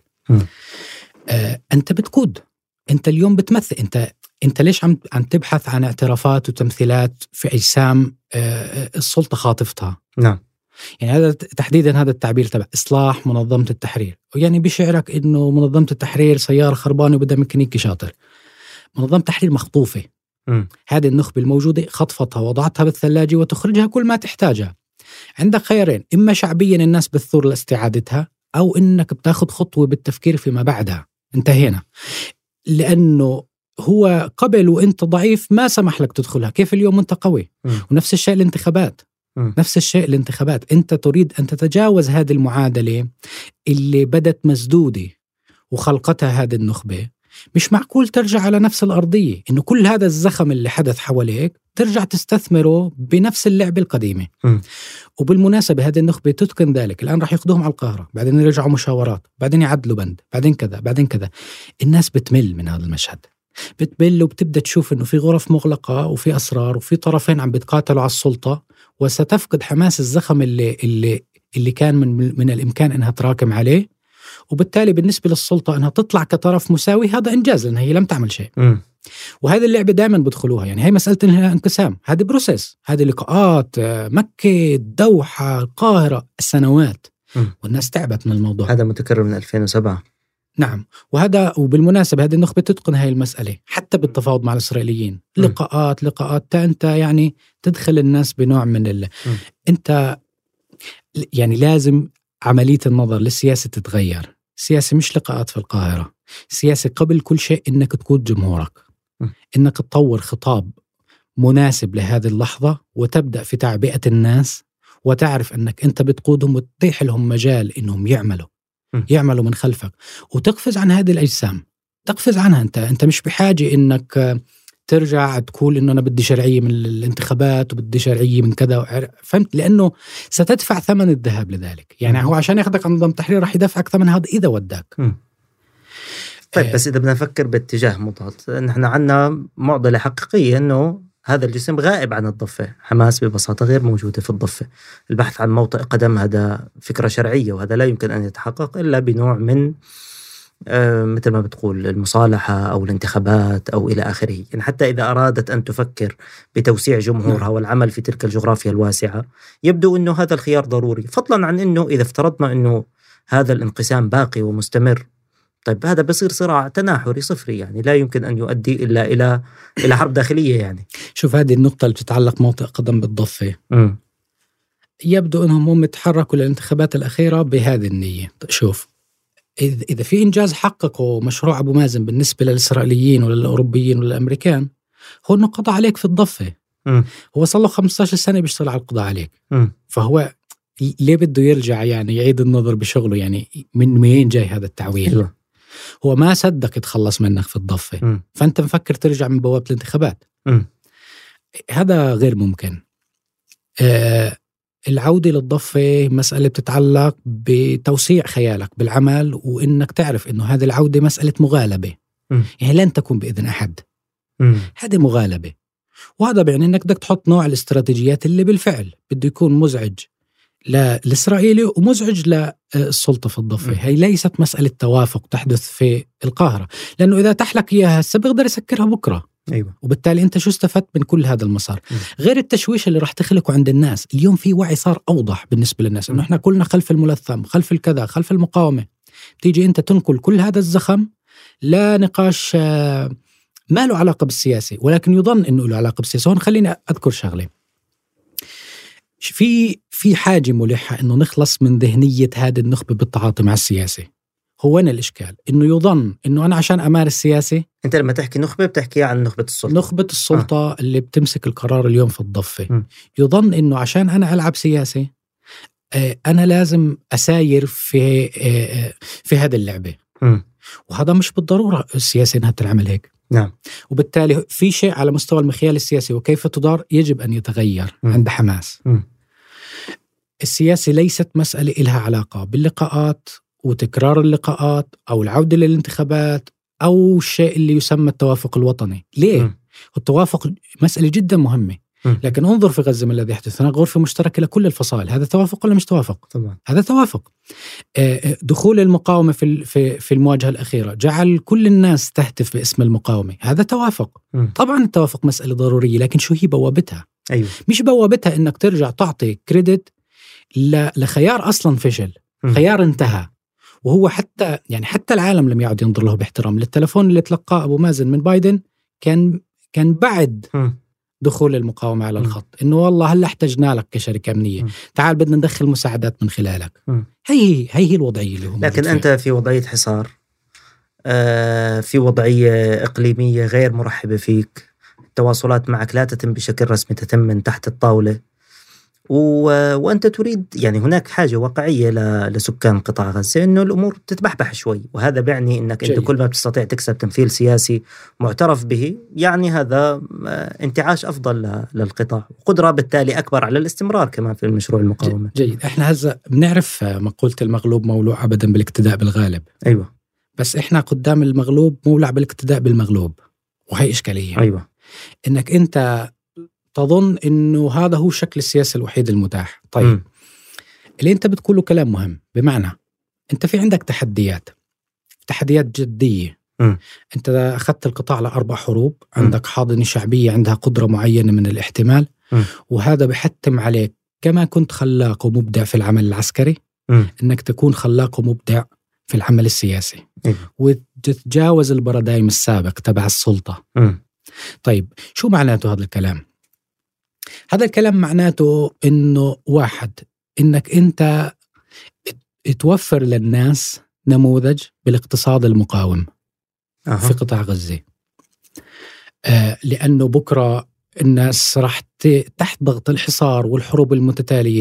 آه، أنت بتقود، أنت اليوم بتمثل، أنت أنت ليش عم عم تبحث عن اعترافات وتمثيلات في أجسام آه السلطة خاطفتها؟ نعم. يعني هذا تحديدا هذا التعبير تبع إصلاح منظمة التحرير، ويعني بشعرك إنه منظمة التحرير سيارة خربانة وبدها ميكانيكي شاطر. منظمة التحرير مخطوفة. م. هذه النخبة الموجودة خطفتها وضعتها بالثلاجة وتخرجها كل ما تحتاجها. عندك خيارين، إما شعبيا الناس بتثور لاستعادتها، أو إنك بتاخد خطوة بالتفكير فيما بعدها. انتهينا، لأنه هو قبل وإنت ضعيف ما سمح لك تدخلها، كيف اليوم أنت قوي؟ م. ونفس الشيء الانتخابات، م. نفس الشيء الانتخابات أنت تريد أن تتجاوز هذه المعادلة اللي بدت مسدودة وخلقتها هذه النخبة. مش معقول ترجع على نفس الأرضية، إنه كل هذا الزخم اللي حدث حواليك ترجع تستثمره بنفس اللعبة القديمة. م. وبالمناسبة هذه النخبة تتقن ذلك. الآن راح ياخدوهم على القاهرة، بعدين يرجعوا مشاورات، بعدين يعدلوا بند، بعدين كذا بعدين كذا. الناس بتمل من هذا المشهد، بتمل وبتبدأ تشوف إنه في غرف مغلقة وفي أسرار وفي طرفين عم بيتقاتلوا على السلطة، وستفقد حماس الزخم اللي اللي اللي كان من من الإمكان إنها تراكم عليه. وبالتالي بالنسبة للسلطة أنها تطلع كطرف مساوي هذا إنجاز، لأنها هي لم تعمل شيء. م. وهذه اللعبة دائما بدخلوها، يعني هي مسألة إنها انقسام، هذه بروسيس، هذه لقاءات مكة، الدوحة، القاهرة، السنوات. م. والناس تعبت من الموضوع. هذا متكرر من ألفين وسبعة. نعم. وهذا وبالمناسبة هذه النخبة تتقن هاي المسألة حتى بالتفاوض مع الإسرائيليين. م. لقاءات لقاءات أنت يعني تدخل الناس بنوع من ال... أنت يعني لازم عملية النظر للسياسة تتغير. سياسة مش لقاءات في القاهرة، سياسة قبل كل شيء إنك تقود جمهورك، م. إنك تطور خطاب مناسب لهذه اللحظة وتبدأ في تعبئة الناس، وتعرف أنك أنت بتقودهم وتتيح لهم مجال إنهم يعملوا م. يعملوا من خلفك، وتقفز عن هذه الأجسام، تقفز عنها. أنت أنت مش بحاجة إنك ترجع تقول إنه أنا بدي شرعية من الانتخابات وبدي شرعية من كذا، فهمت؟ لأنه ستدفع ثمن الذهاب لذلك. يعني م. هو عشان ياخدك عن نظام تحرير راح يدفعك ثمن هذا إذا وداك. م. طيب بس إذا بدنا نفكر باتجاه مضاد، نحن عنا معضلة حقيقية إنه هذا الجسم غائب عن الضفة. حماس ببساطة غير موجودة في الضفة. البحث عن موطئ قدم هذا فكرة شرعية، وهذا لا يمكن أن يتحقق إلا بنوع من آه مثل ما بتقول المصالحة أو الانتخابات أو إلى آخره. يعني حتى إذا أرادت أن تفكر بتوسيع جمهورها والعمل في تلك الجغرافيا الواسعة، يبدو أنه هذا الخيار ضروري، فضلا عن أنه إذا افترضنا أنه هذا الانقسام باقي ومستمر، طيب هذا بصير صراع تناحري صفري، يعني لا يمكن أن يؤدي إلا إلى إلى حرب داخلية. يعني شوف هذه النقطة اللي تتعلق موطئ قدم بالضفة، م. يبدو أنهم هم يتحركوا للانتخابات الأخيرة بهذه النية. شوف إذا في إنجاز حققه مشروع أبو مازن بالنسبة للإسرائيليين ولا الأوروبيين ولا الأمريكان، هو أنه قضى عليك في الضفة. م. هو صار له خمسة عشر سنة بيشتغل على القضاء عليك. م. فهو ليه بده يرجع يعني يعيد النظر بشغله؟ يعني من وين جاي هذا التعويل؟ أيوة. هو ما صدق يتخلص منك في الضفة، م. فأنت مفكر ترجع من بوابة الانتخابات. م. هذا غير ممكن. آه العودة للضفة مسألة بتتعلق بتوسيع خيالك بالعمل، وإنك تعرف إنه هذه العودة مسألة مغالبة. م. يعني لن تكون بإذن أحد. م. هذه مغالبة، وهذا بيعني إنك بدك تحط نوع الاستراتيجيات اللي بالفعل بده يكون مزعج للإسرائيلي ومزعج للسلطة في الضفة. م. هي ليست مسألة توافق تحدث في القاهرة، لأنه إذا تحلك إياها هسه بيقدر يسكرها بكرة. أيوة. وبالتالي أنت شو استفدت من كل هذا المسار؟ م. غير التشويش اللي راح تخلقه عند الناس. اليوم في وعي صار أوضح بالنسبة للناس إنه إحنا كلنا خلف الملثم، خلف الكذا، خلف المقاومة. تيجي أنت تنقل كل هذا الزخم لا نقاش ما له علاقة بالسياسة، ولكن يظن إنه له علاقة بالسياسة. هون خليني أذكر شغلة. في في حاجة ملحة إنه نخلص من ذهنية هذه النخبة بالتعاطي مع السياسة. هو أنا الإشكال إنه يظن إنه أنا عشان أمارس سياسة. أنت لما تحكي نخبة بتحكي عن نخبة السلطة. نخبة السلطة آه. اللي بتمسك القرار اليوم في الضفة. م. يظن إنه عشان أنا ألعب سياسة آه أنا لازم أساير في آه في هذه اللعبة. م. وهذا مش بالضرورة السياسة إنها تنعمل هيك. نعم. وبالتالي في شيء على مستوى المخيال السياسي وكيف تدار يجب أن يتغير م. عند حماس. م. السياسة ليست مسألة إلها علاقة باللقاءات وتكرار اللقاءات أو العودة للانتخابات أو الشيء اللي يسمى التوافق الوطني. ليه؟ م. التوافق مسألة جدا مهمة، م. لكن انظر في غزة ما الذي يحدث هناك غرفة مشتركة لكل الفصائل. هذا توافق ولا مش توافق؟ طبعا. هذا توافق. دخول المقاومة في في في المواجهة الأخيرة جعل كل الناس تهتف باسم المقاومة. هذا توافق. م. طبعا التوافق مسألة ضرورية، لكن شو هي بوابتها؟ أيوه. مش بوابتها إنك ترجع تعطي كريدت لخيار أصلا فشل، م. خيار انتهى. وهو حتى يعني حتى العالم لم يعد ينظر له باحترام. للتلفون اللي تلقاه أبو مازن من بايدن كان كان بعد م. دخول المقاومة على الخط، إنه والله هلا احتجنا لك كشركة أمنية، م. تعال بدنا ندخل مساعدات من خلالك. م. هي هي هي الوضعية اللي هم. لكن أنت في وضعية حصار، آه في وضعية إقليمية غير مرحبة فيك، التواصلات معك لا تتم بشكل رسمي، تتم من تحت الطاولة، و... وأنت تريد يعني هناك حاجة واقعية ل... لسكان قطاع غزة إنه الأمور تتبحبح شوي. وهذا بيعني إنك أنت كل ما بتستطيع تكسب تمثيل سياسي معترف به، يعني هذا انتعاش أفضل ل... للقطاع، وقدرة بالتالي أكبر على الاستمرار كمان في المشروع المقاومة. جيد. إحنا هذا بنعرف مقولة المغلوب مولوع أبدا بالاقتداء بالغالب. أيوة. بس إحنا قدام المغلوب مولع بالاقتداء بالمغلوب، وهي إشكالية. أيوة. إنك أنت تظن إنه هذا هو شكل السياسة الوحيد المتاح. طيب م. اللي أنت بتقوله كلام مهم، بمعنى أنت في عندك تحديات تحديات جدية. م. أنت أخذت القطاع لأربع حروب، عندك حاضنة شعبية عندها قدرة معينة من الاحتمال، م. وهذا بحتم عليك كما كنت خلاق ومبدع في العمل العسكري م. أنك تكون خلاق ومبدع في العمل السياسي، م. وتتجاوز البرادايم السابق تبع السلطة. م. طيب شو معناته هذا الكلام؟ هذا الكلام معناته إنه واحد، إنك أنت توفر للناس نموذج بالاقتصاد المقاوم أه. في قطاع غزة، آه لأنه بكرة الناس راح تحت ضغط الحصار والحروب المتتالية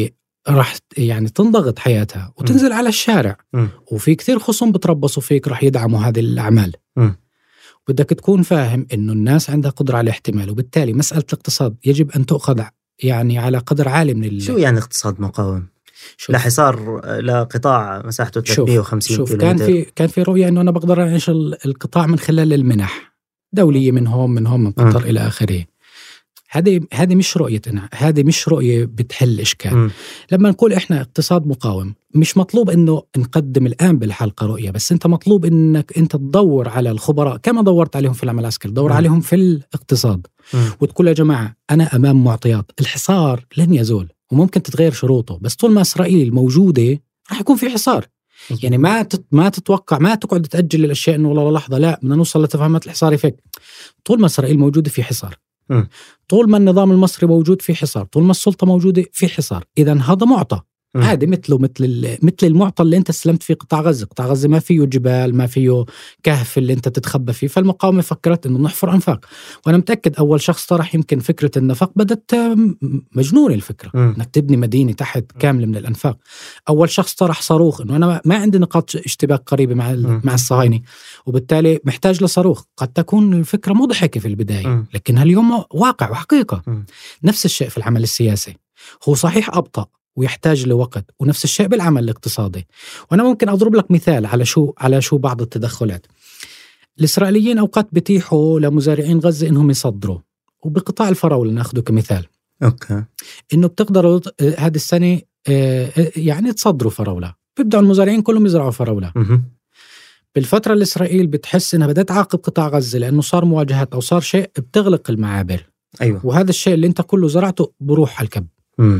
راح يعني تنضغط حياتها وتنزل م. على الشارع م. وفي كثير خصوم بتربصوا فيك راح يدعموا هذه الأعمال. م. بدك تكون فاهم إنه الناس عندها قدرة على الاحتمال، وبالتالي مسألة الاقتصاد يجب أن تأخذ يعني على قدر عالي من ال... شو يعني اقتصاد مقاوم؟ لا حصار لقطاع مساحته ثلاثمية وخمسين شوف كيلومتر. كان في كان في رؤية إنه أنا بقدر أعيش القطاع من خلال المنح دولية من هون من هون من قطر م. إلى آخره. هذه هذه مش رؤيتنا، هذه مش رؤية بتحل إشكال. م. لما نقول إحنا اقتصاد مقاوم، مش مطلوب إنه نقدم الآن بالحلقة رؤية، بس أنت مطلوب إنك أنت تدور على الخبراء كما دورت عليهم في العمل العسكري، دور م. عليهم في الاقتصاد م. وتقول يا جماعة أنا أمام معطيات، الحصار لن يزول وممكن تتغير شروطه، بس طول ما إسرائيل موجودة راح يكون في حصار. م. يعني ما ما تتوقع، ما تقعد تأجل الأشياء إنه والله لحظة لا بدنا نوصل لتفاهمات الحصار يفك. طول ما إسرائيل موجودة في حصار، م. طول ما النظام المصري موجود في حصار، طول ما السلطة موجودة في حصار. إذن هذا معطى عادي مثله مثل مثل المعطى اللي أنت سلمت فيه قطاع غزة. قطاع غزة ما فيه جبال، ما فيه كهف اللي أنت تتخبى فيه، فالمقاومة فكرت إنه نحفر أنفاق. وأنا متأكد أول شخص طرح يمكن فكرة النفق بدت مجنونة الفكرة م. إنك تبني مدينة تحت كاملة من الأنفاق. أول شخص طرح صاروخ، إنه أنا ما عندي نقاط اشتباك قريبة مع م. مع الصهاينة وبالتالي محتاج لصاروخ. قد تكون الفكرة مضحكة في البداية م. لكنها اليوم واقع وحقيقة. م. نفس الشيء في العمل السياسي، هو صحيح أبطأ ويحتاج لوقت، ونفس الشيء بالعمل الاقتصادي. وأنا ممكن أضرب لك مثال على شو على شو بعض التدخلات. الإسرائيليين أوقات بتيحوا لمزارعين غزة إنهم يصدروا، وبقطاع الفراولة نأخذه كمثال. أوكي. إنه بتقدروا هذه السنة يعني تصدروا فراولة، بيبدأوا المزارعين كلهم يزرعوا فراولة. م- بالفترة الإسرائيل بتحس إنها بدأت تعاقب قطاع غزة لأنه صار مواجهات أو صار شيء بتغلق المعابر. أيوة. وهذا الشيء اللي أنت كله زرعته بروح على الكب. م.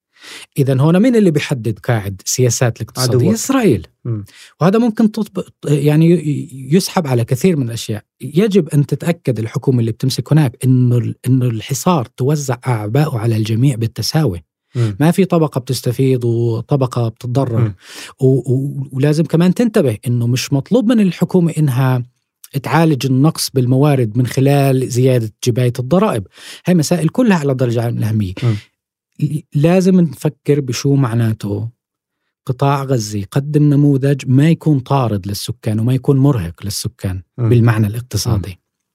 إذن هنا مين اللي بيحدد قاعد سياسات الاقتصادية؟ إسرائيل. م. وهذا ممكن تطبق يعني يسحب على كثير من الأشياء. يجب أن تتأكد الحكومة اللي بتمسك هناك إنه إنه الحصار توزع أعباءه على الجميع بالتساوي. م. ما في طبقة بتستفيد وطبقة بتتضرر. و... و... ولازم كمان تنتبه إنه مش مطلوب من الحكومة إنها تعالج النقص بالموارد من خلال زيادة جباية الضرائب. هاي مسائل كلها على درجة من الأهمية. م. لازم نفكر بشو معناته قطاع غزة يقدم نموذج ما يكون طارد للسكان وما يكون مرهق للسكان م. بالمعنى الاقتصادي. م.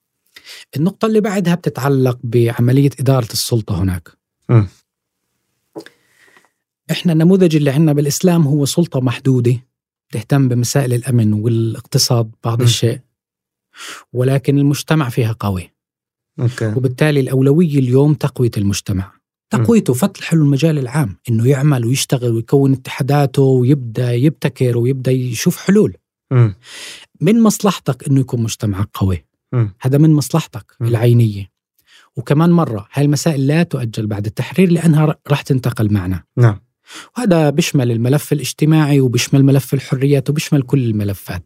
النقطة اللي بعدها بتتعلق بعملية إدارة السلطة هناك. م. إحنا النموذج اللي عندنا بالإسلام هو سلطة محدودة تهتم بمسائل الأمن والاقتصاد بعض م. الشيء، ولكن المجتمع فيها قوي. أوكي. وبالتالي الأولوية اليوم تقوية المجتمع، تقويته، فتح له المجال العام إنه يعمل ويشتغل ويكون اتحاداته ويبدأ يبتكر ويبدأ يشوف حلول. م. من مصلحتك إنه يكون مجتمع قوي. م. هذا من مصلحتك م. العينية. وكمان مرة هاي المسائل لا تؤجل بعد التحرير لأنها راح تنتقل معنا. نعم. وهذا بيشمل الملف الاجتماعي وبيشمل ملف الحريات وبيشمل كل الملفات.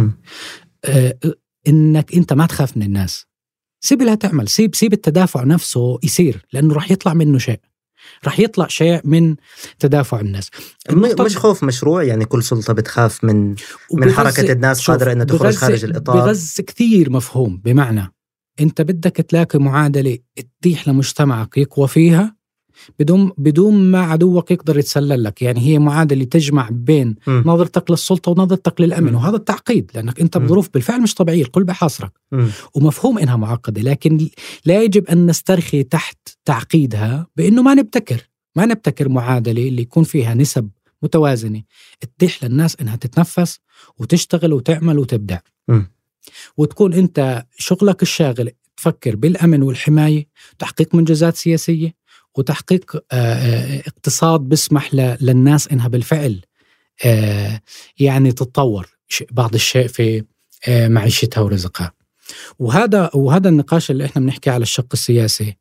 آه إنك أنت ما تخاف من الناس، سيب لها تعمل، سيب سيب التدافع نفسه يصير، لأنه راح يطلع منه شيء، راح يطلع شيء من تدافع الناس. مش خوف مشروع، يعني كل سلطة بتخاف من من حركة الناس قادرة أن تخرج خارج الإطار. بغز كثير مفهوم، بمعنى أنت بدك تلاقي معادلة تتيح لمجتمعك يقوى فيها بدون بدون ما عدوك يقدر يتسلل لك. يعني هي معادلة تجمع بين م. نظرتك للسلطة ونظرتك للأمن. م. وهذا التعقيد لأنك أنت بظروف بالفعل مش طبيعية، الكل بحاصرك. م. ومفهوم إنها معقدة، لكن لا يجب أن نسترخي تحت تعقيدها بأنه ما نبتكر ما نبتكر معادلة اللي يكون فيها نسب متوازنة تتيح للناس إنها تتنفس وتشتغل وتعمل وتبدع. م. وتكون أنت شغلك الشاغل تفكر بالأمن والحماية، تحقيق منجزات سياسية وتحقيق اقتصاد بسمح للناس إنها بالفعل يعني تتطور بعض الشيء في معيشتها ورزقها. وهذا وهذا النقاش اللي إحنا بنحكي على الشق السياسي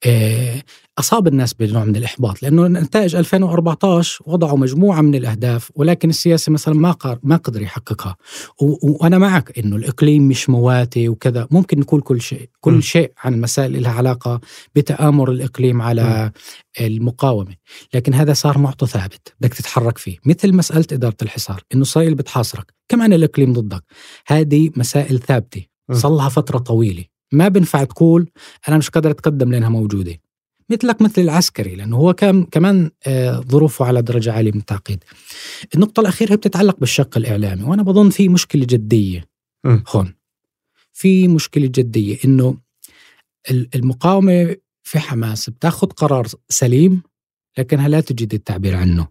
أصاب الناس بنوع من الإحباط، لأنه نتائج ألفين وأربعة عشر وضعوا مجموعة من الأهداف ولكن السياسي مثلا ما قار ما قدر يحققها. وأنا معك إنه الإقليم مش مواتي وكذا، ممكن نقول كل شيء كل م. شيء عن المسائل اللي لها علاقة بتآمر الإقليم على م. المقاومة، لكن هذا صار معطى ثابت بدك تتحرك فيه، مثل مسألة إدارة الحصار، إنه إسرائيل بتحاصرك، كمان الإقليم ضدك. هذه مسائل ثابتة صار لها فترة طويلة، ما بنفع تقول أنا مش قادر أتقدم لأنها موجودة. مثلك مثل العسكري، لأنه هو كان كمان ظروفه على درجة عالية من التعقيد. النقطة الأخيرة بتتعلق بالشق الإعلامي، وأنا بظن في مشكلة جدية م. هون في مشكلة جدية إنه المقاومة في حماس بتاخد قرار سليم لكنها لا تجد التعبير عنه.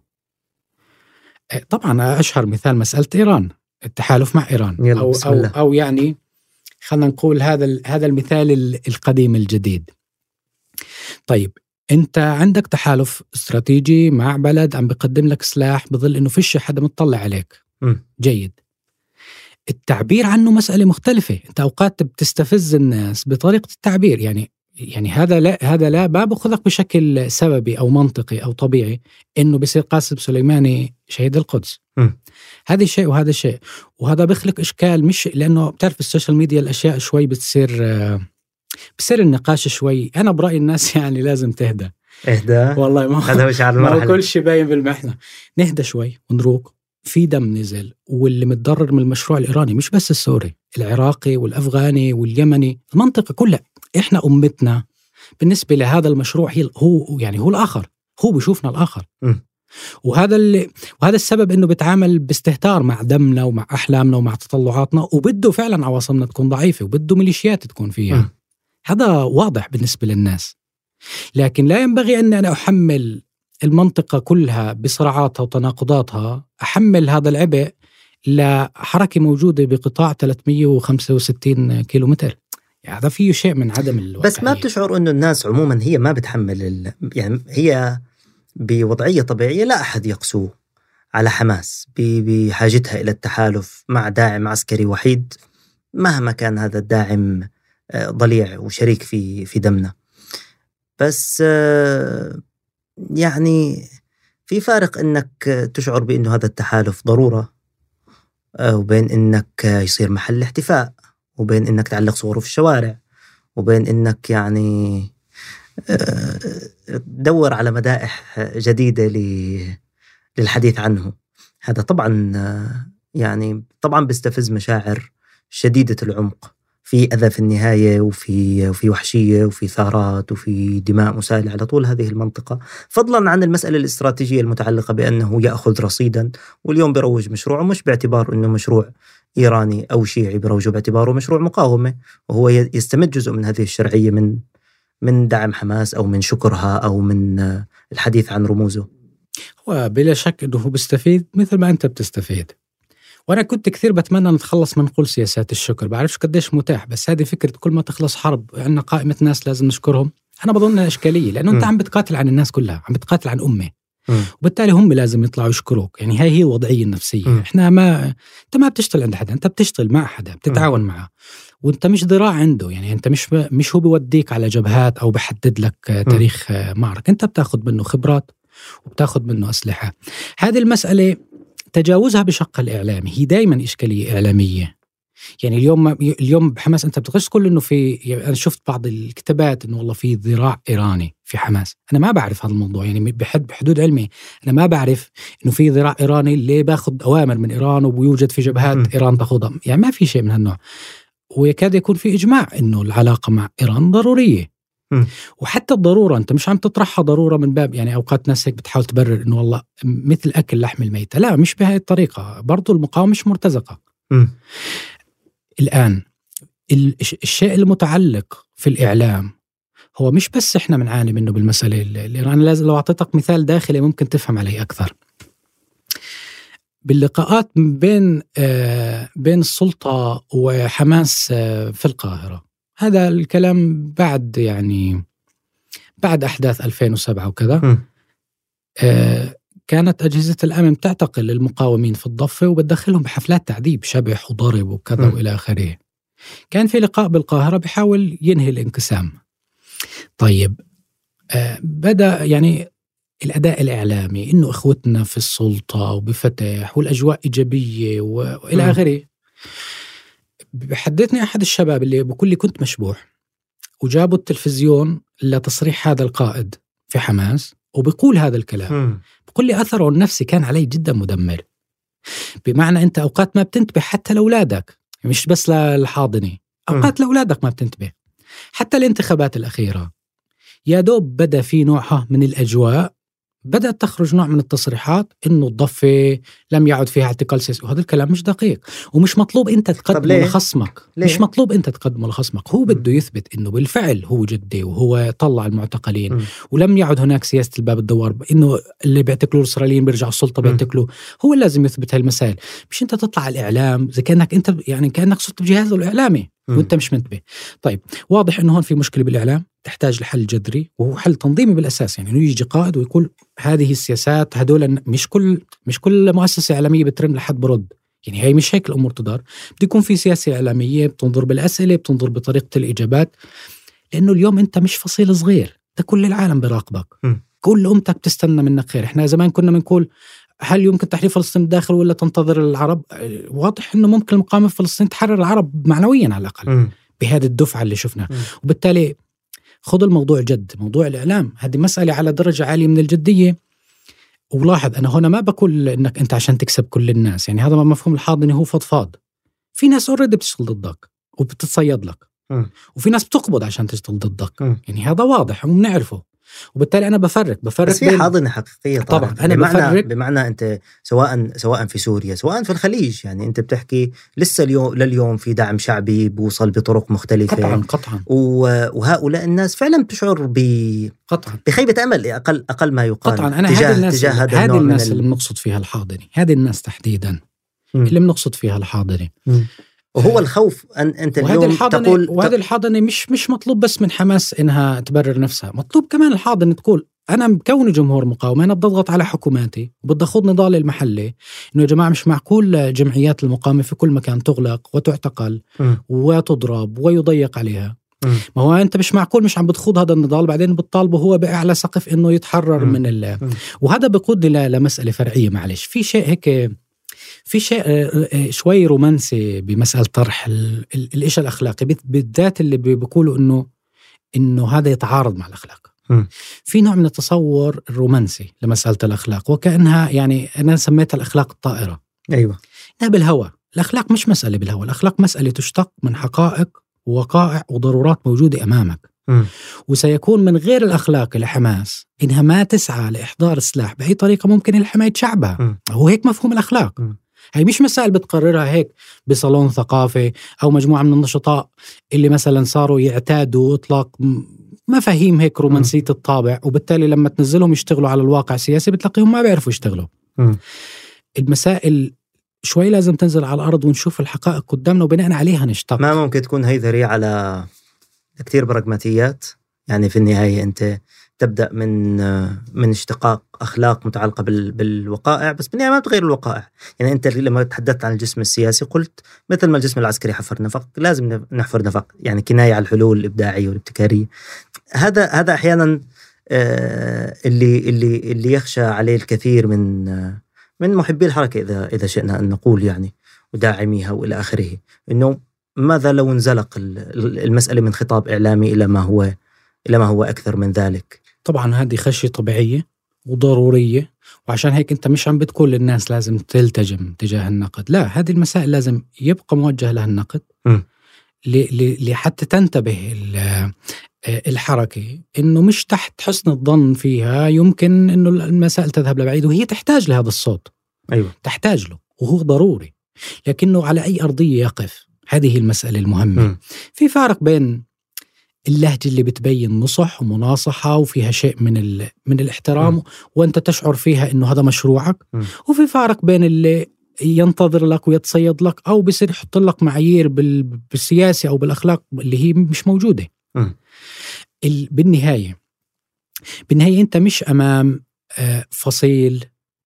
طبعا أشهر مثال مسألة إيران، التحالف مع إيران، أو, أو, أو يعني خلنا نقول هذا هذا المثال القديم الجديد. طيب أنت عندك تحالف استراتيجي مع بلد عم بقدم لك سلاح بظل إنه فيش حدا متطلع عليك. م. جيد. التعبير عنه مسألة مختلفة. أنت أوقات بتستفز الناس بطريقة التعبير، يعني يعني هذا لا هذا لا ما بأخذك بشكل سببي أو منطقي أو طبيعي إنه بيصير قاسم سليماني شهيد القدس. م. هذا شيء وهذا شيء، وهذا بيخلق إشكال، مش لأنه بتعرف السوشيال ميديا الأشياء شوي بتصير بصير النقاش شوي. أنا برأي الناس يعني لازم تهدى. اهدى والله ما هذا مش على المرحلة. ما كل شيء باين بالمحنة. نهدى شوي ونروق. في دم نزل، واللي متضرر من المشروع الإيراني مش بس السوري، العراقي والأفغاني واليمني، المنطقة كلها. إحنا أمتنا بالنسبة لهذا المشروع هي هو يعني هو الآخر، هو بيشوفنا الآخر. م. وهذا اللي وهذا السبب إنه بيتعامل باستهتار مع دمنا ومع أحلامنا ومع تطلعاتنا، وبده فعلا عواصمنا تكون ضعيفة وبده ميليشيات تكون فيها. م. هذا واضح بالنسبة للناس، لكن لا ينبغي أن أنا أحمل المنطقة كلها بصراعاتها وتناقضاتها، أحمل هذا العبء لحركة موجودة بقطاع ثلاثمية وخمسة وستين كيلومتر. يعني هذا فيه شيء من عدم الواقعية. بس ما بتشعر أنه الناس عموما هي ما بتحمل ال... يعني هي بوضعية طبيعية لا أحد يقسو على حماس بحاجتها إلى التحالف مع داعم عسكري وحيد مهما كان هذا الداعم ضليع وشريك في في دمنا. بس يعني في فارق إنك تشعر بأنه هذا التحالف ضرورة، وبين إنك يصير محل احتفاء، وبين إنك تعلق صوره في الشوارع، وبين إنك يعني تدور على مدائح جديدة للحديث عنه. هذا طبعا يعني طبعا بيستفز مشاعر شديدة العمق، في أذى في النهاية، وفي وفي وحشية، وفي ثارات، وفي دماء مسالة على طول هذه المنطقة، فضلا عن المسألة الاستراتيجية المتعلقة بأنه يأخذ رصيدا، واليوم بيروج مشروعه مش باعتبار أنه مشروع إيراني أو شيعي، بيروجه باعتباره مشروع مقاومة، وهو يستمد جزء من هذه الشرعية من من دعم حماس أو من شكرها أو من الحديث عن رموزه. وبلا شك أنه هو بيستفيد مثل ما أنت بتستفيد. وأنا كنت كثير بتمنى نتخلص من قول سياسات الشكر، بعرفش قديش متاح، بس هذه فكرة كل ما تخلص حرب عندنا قائمة ناس لازم نشكرهم، أنا بظنها إشكالية، لأنه م. أنت عم بتقاتل عن الناس كلها، عم بتقاتل عن أمة، م. وبالتالي هم لازم يطلعوا يشكروك. يعني هاي هي الوضعية النفسية. م. إحنا ما أنت ما بتشتغل عند حدا، أنت بتشتغل مع حدا، بتتعاون م. معه، وأنت مش ذراع عنده. يعني أنت مش مش هو بيوديك على جبهات أو بحدد لك تاريخ معركة، أنت بتاخد منه خبرات وبتاخد منه أسلحة. هذه المسألة تجاوزها بشق الإعلامي هي دائما إشكالية إعلامية. يعني اليوم اليوم بحماس أنت بتقدرش تقول إنه في، يعني أنا شفت بعض الكتابات إنه والله في ذراع إيراني في حماس. أنا ما بعرف هذا الموضوع، يعني بحد بحدود علمي أنا ما بعرف إنه في ذراع إيراني اللي باخد أوامر من إيران وبيوجد في جبهات م. إيران تاخدها، يعني ما في شيء من هالنوع. ويكاد يكون في إجماع إنه العلاقة مع إيران ضرورية. م. وحتى الضرورة أنت مش عم تطرحها ضرورة من باب، يعني أوقات ناس هيك بتحاول تبرر إنه والله مثل أكل لحم الميتة، لا مش بهاي الطريقة، برضو المقاومة مش مرتزقة. م. الآن الشيء المتعلق في الإعلام هو مش بس إحنا بنعاني منه بالمسألة الإيرانية. لازم لو أعطيتك مثال داخلي ممكن تفهم عليه أكثر. باللقاءات بين آه بين السلطة وحماس آه في القاهرة، هذا الكلام بعد يعني بعد أحداث ألفين وسبعة وكذا، آه كانت أجهزة الأمن تعتقل المقاومين في الضفة وبتدخلهم بحفلات تعذيب، شبح وضرب وكذا م. وإلى آخره. كان في لقاء بالقاهرة بيحاول ينهي الانقسام. طيب آه بدأ يعني الأداء الإعلامي إنه إخوتنا في السلطة وبفتح والأجواء إيجابية وإلى آخره. بحدثني أحد الشباب اللي بكل كنت مشبوح، وجابوا التلفزيون لتصريح هذا القائد في حماس وبيقول هذا الكلام، بقول لي أثره النفسي كان علي جدا مدمر. بمعنى أنت أوقات ما بتنتبه حتى لأولادك، مش بس للحاضنة، أوقات لأولادك ما بتنتبه. حتى الانتخابات الأخيرة يا دوب بدأ في نوعها من الأجواء، بدأت تخرج نوع من التصريحات إنه الضفة لم يعد فيها اعتقال سياسي، وهذا الكلام مش دقيق ومش مطلوب أنت تقدمه لخصمك. ليه؟ مش مطلوب أنت تقدمه لخصمك، هو بده يثبت إنه بالفعل هو جدي وهو طلع المعتقلين م. ولم يعد هناك سياسة الباب الدوار، إنه اللي بيعتقلوا الإسرائيليين بيرجعوا السلطة بيعتقلوا. هو لازم يثبت هالمسائل، مش أنت تطلع على الإعلام زي كأنك أنت يعني كأنك صرت بجهازه الإعلامي وانت مش منتبه. طيب واضح انه هون في مشكله بالاعلام تحتاج لحل جذري، وهو حل تنظيمي بالاساس، يعني انه يجي قائد ويقول هذه السياسات، هدول مش كل مش كل مؤسسه اعلاميه بترن لحد برد، يعني هي مش هيك الامور تدار. بده يكون في سياسه اعلاميه بتنظر بالاسئله، بتنظر بطريقه الاجابات، لانه اليوم انت مش فصيل صغير، ده كل العالم براقبك، م. كل امتك بتستنى منك خير. احنا زمان كنا بنقول هل يمكن تحرير فلسطين داخل ولا تنتظر العرب؟ واضح انه ممكن المقاومه في فلسطين تحرر العرب معنويا على الاقل م. بهذه الدفعه اللي شفناها. وبالتالي خذ الموضوع جد، موضوع الاعلام هذه مساله على درجه عاليه من الجديه. ولاحظ انا هنا ما بقول انك انت عشان تكسب كل الناس، يعني هذا ما مفهوم الحاضني، هو فضفاض. في ناس اوريدي بتشتغل ضدك وبتتصيد لك م. وفي ناس بتقبض عشان تشتغل ضدك م. يعني هذا واضح وبنعرفه. وبالتالي أنا بفرق بفرق بس في حاضنة حقيقية طبعا. أنا بمعنى بفرق بمعنى أنت سواء سواء في سوريا سواء في الخليج، يعني أنت بتحكي لسه اليوم لليوم في دعم شعبي بوصل بطرق مختلفة قطعا قطعا، وهؤلاء الناس فعلا بتشعر ب قطعا بخيبة أمل أقل أقل ما يقال. قطعا أنا تجاه هذه الناس تجاه هذا هذه الناس ال... اللي بنقصد فيها الحاضني، هذه الناس تحديدا م. اللي بنقصد فيها الحاضني م. وهو الخوف أن أنت اليوم تقول وهذه الحاضنة مش مش مطلوب بس من حماس إنها تبرر نفسها، مطلوب كمان الحاضنة تقول أنا بكون جمهور مقاومة، أنا بدي أضغط على حكوماتي وبدي أخوض نضال المحلي، إنه يا جماعة مش معقول جمعيات المقاومة في كل مكان تغلق وتعتقل م. وتضرب ويضيق عليها. م. ما هو أنت مش معقول مش عم بتخوض هذا النضال بعدين بتطالبه هو بأعلى سقف إنه يتحرر م. من ال م. وهذا بيقودني لمسألة فرعية. معلش في شيء هيك، في شيء شوي رومانسي بمسألة طرح الإشي الأخلاقي، بالذات اللي بيقولوا إنه إنه هذا يتعارض مع الأخلاق. م. في نوع من التصور الرومانسي لمسألة الأخلاق، وكأنها يعني أنا سميتها الأخلاق الطائرة. أيوة، إنها بالهوى. الأخلاق مش مسألة بالهوى، الأخلاق مسألة تشتق من حقائق ووقائع وضرورات موجودة أمامك. م. وسيكون من غير الأخلاق لحماس إنها ما تسعى لإحضار السلاح بأي طريقة ممكن لحماية شعبها. م. هو هيك مفهوم الأخلاق. م. هي مش مسائل بتقررها هيك بصالون ثقافي أو مجموعة من النشطاء اللي مثلا صاروا يعتادوا إطلاق مفاهيم هيك رومانسية الطابع، وبالتالي لما تنزلهم يشتغلوا على الواقع السياسي بتلاقيهم ما بيعرفوا يشتغلوا. م. المسائل شوي لازم تنزل على الأرض ونشوف الحقائق قدامنا وبناء عليها نشتغل. ما ممكن تكون هي ذريعة على كتير براغماتيات، يعني في النهاية أنت تبدأ من من اشتقاق أخلاق متعلقة بالوقائع، بس بالنهاية ما بتغير الوقائع. يعني أنت لما تحدثت عن الجسم السياسي قلت مثل ما الجسم العسكري حفر نفق لازم نحفر نفق، يعني كناية على الحلول الإبداعية والابتكارية. هذا هذا أحيانا اللي اللي اللي يخشى عليه الكثير من من محبي الحركة إذا إذا شئنا أن نقول، يعني وداعميها وإلى آخره، إنه ماذا لو انزلق المسألة من خطاب إعلامي إلى ما هو إلى ما هو أكثر من ذلك. طبعا هذه خشية طبيعية وضرورية، وعشان هيك أنت مش عم بتقول للناس لازم تلتجم تجاه النقد، لا، هذه المسائل لازم يبقى موجه لها النقد لحتى تنتبه الحركة إنه مش تحت حسن الظن فيها يمكن إنه المسائل تذهب لبعيد، وهي تحتاج لهذا الصوت. أيوة. تحتاج له وهو ضروري، لكنه على أي أرضية يقف، هذه المسألة المهمة. م. في فارق بين اللهجة اللي بتبين نصح ومناصحة وفيها شيء من ال... من الاحترام م. وأنت تشعر فيها إنه هذا مشروعك، م. وفي فارق بين اللي ينتظر لك ويتصيد لك أو بيصير يحط لك معايير بال... بالسياسة أو بالأخلاق اللي هي مش موجودة. ال... بالنهاية بالنهاية أنت مش أمام فصيل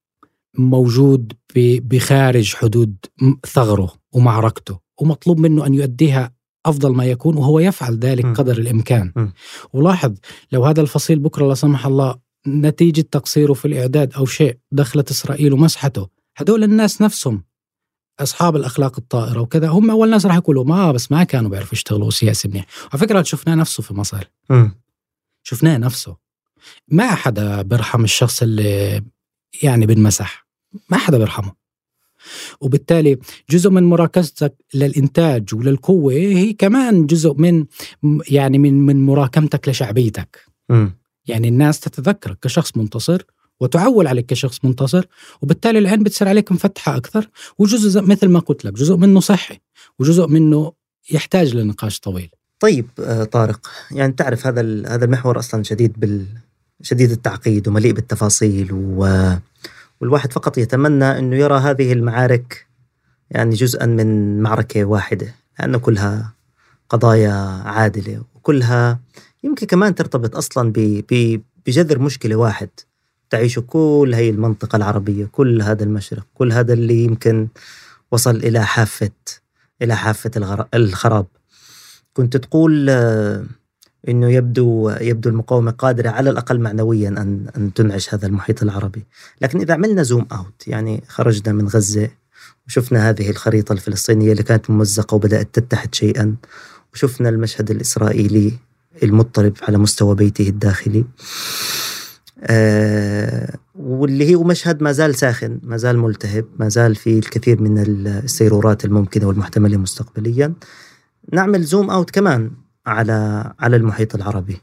موجود ب... بخارج حدود ثغره ومعركته ومطلوب منه أن يؤديها أفضل ما يكون، وهو يفعل ذلك م. قدر الإمكان. م. ولاحظ لو هذا الفصيل بكرة لا سمح الله نتيجة تقصيره في الإعداد أو شيء دخلت إسرائيل ومسحته، هدول الناس نفسهم أصحاب الأخلاق الطائرة وكذا هم أول ناس راح يقولوا ما بس ما كانوا بيعرفوا يشتغلوا سياسي منيح. على فكرة شفناه نفسه في مصر، م. شفناه نفسه، ما حدا بيرحم الشخص اللي يعني بنمسح، ما حدا بيرحمه. وبالتالي جزء من مراكزتك للإنتاج وللقوة هي كمان جزء من يعني من من مراكمتك لشعبيتك. م. يعني الناس تتذكرك كشخص منتصر وتعول عليك كشخص منتصر، وبالتالي العين بتصير عليك مفتحة أكثر. وجزء مثل ما قلت لك جزء منه صحي وجزء منه يحتاج لنقاش طويل. طيب طارق، يعني تعرف هذا هذا المحور أصلا شديد بال شديد التعقيد ومليء بالتفاصيل، و... والواحد فقط يتمنى أنه يرى هذه المعارك يعني جزءا من معركة واحدة، لأنه كلها قضايا عادلة وكلها يمكن كمان ترتبط أصلا ب... ب... بجذر مشكلة واحد تعيشه كل هاي المنطقة العربية، كل هذا المشرق، كل هذا اللي يمكن وصل إلى حافة إلى حافة الغر... الخراب. كنت تقول إنه يبدو يبدو المقاومة قادرة على الأقل معنويا أن أن تنعش هذا المحيط العربي، لكن إذا عملنا زوم أوت، يعني خرجنا من غزة وشفنا هذه الخريطة الفلسطينية اللي كانت ممزقة وبدأت تتحد شيئا، وشفنا المشهد الإسرائيلي المضطرب على مستوى بيته الداخلي، آه واللي هو مشهد ما زال ساخن، ما زال ملتهب، ما زال في الكثير من السيرورات الممكنة والمحتملة مستقبليا. نعمل زوم أوت كمان على على المحيط العربي،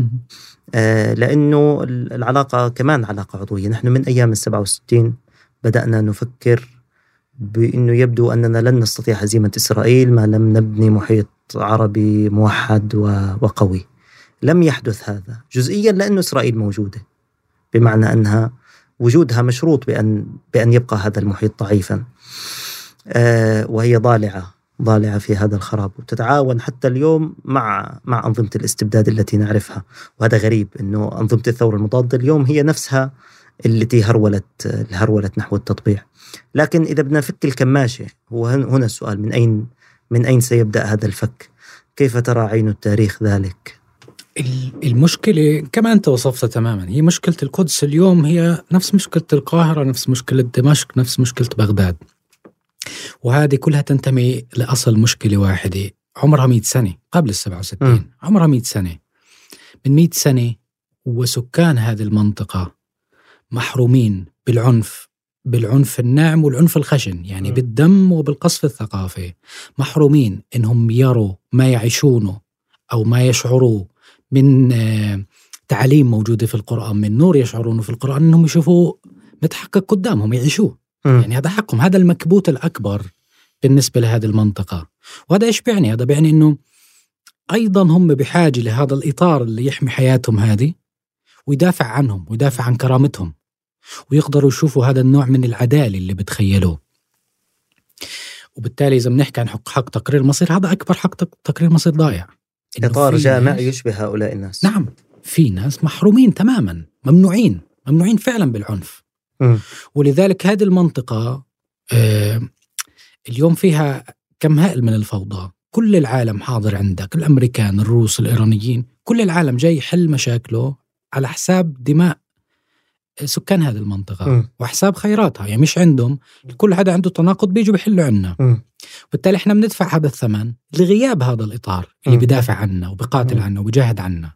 آه لأنه العلاقة كمان علاقة عضوية. نحن من أيام السبعة وستين بدأنا نفكر بأنه يبدو أننا لن نستطيع هزيمة إسرائيل ما لم نبني محيط عربي موحد وقوي. لم يحدث هذا جزئيا لأنه إسرائيل موجودة، بمعنى أنها وجودها مشروط بأن بأن يبقى هذا المحيط ضعيفا، آه وهي ضالعة ضالعة في هذا الخراب، وتتعاون حتى اليوم مع مع أنظمة الاستبداد التي نعرفها. وهذا غريب إنه أنظمة الثورة المضادة اليوم هي نفسها التي هرولت هرولت نحو التطبيع. لكن إذا بدنا نفك الكماشة، هو هنا السؤال: من أين من أين سيبدأ هذا الفك؟ كيف ترى عين التاريخ ذلك؟ المشكلة كما أنت وصفتها تماما، هي مشكلة القدس اليوم هي نفس مشكلة القاهرة، نفس مشكلة دمشق، نفس مشكلة بغداد، وهذه كلها تنتمي لأصل مشكلة واحدة عمرها مئة سنة قبل السبعة وستين. م. عمرها مئة سنة. من مئة سنة وسكان هذه المنطقة محرومين بالعنف بالعنف الناعم والعنف الخشن، يعني م. بالدم وبالقصف الثقافي، محرومين إنهم يروا ما يعيشونه أو ما يشعروا من تعاليم موجودة في القرآن، من نور يشعرونه في القرآن، إنهم يشوفوا متحقق قدامهم يعيشوه. يعني هذا حقهم، هذا المكبوت الأكبر بالنسبة لهذه المنطقة. وهذا إيش بيعني؟ هذا بيعني إنه أيضا هم بحاجة لهذا الإطار اللي يحمي حياتهم هذه ويدافع عنهم ويدافع عن كرامتهم، ويقدروا يشوفوا هذا النوع من العدالة اللي بتخيلوه. وبالتالي إذا بنحكي عن حق, حق تقرير مصير، هذا أكبر حق تقرير مصير ضايع. إطار جامع يشبه هؤلاء الناس. نعم، في ناس محرومين تماما، ممنوعين ممنوعين فعلا بالعنف. م. ولذلك هذه المنطقة آه اليوم فيها كم هائل من الفوضى. كل العالم حاضر عندك، الأمريكان، الروس، الإيرانيين، كل العالم جاي يحل مشاكله على حساب دماء سكان هذه المنطقة م. وحساب خيراتها. يعني مش عندهم، كل هذا عنده تناقض بيجوا بيحلوا عنا. م. وبالتالي احنا بندفع هذا الثمن لغياب هذا الإطار اللي م. بدافع عنا وبقاتل م. عنا وبجاهد عنا.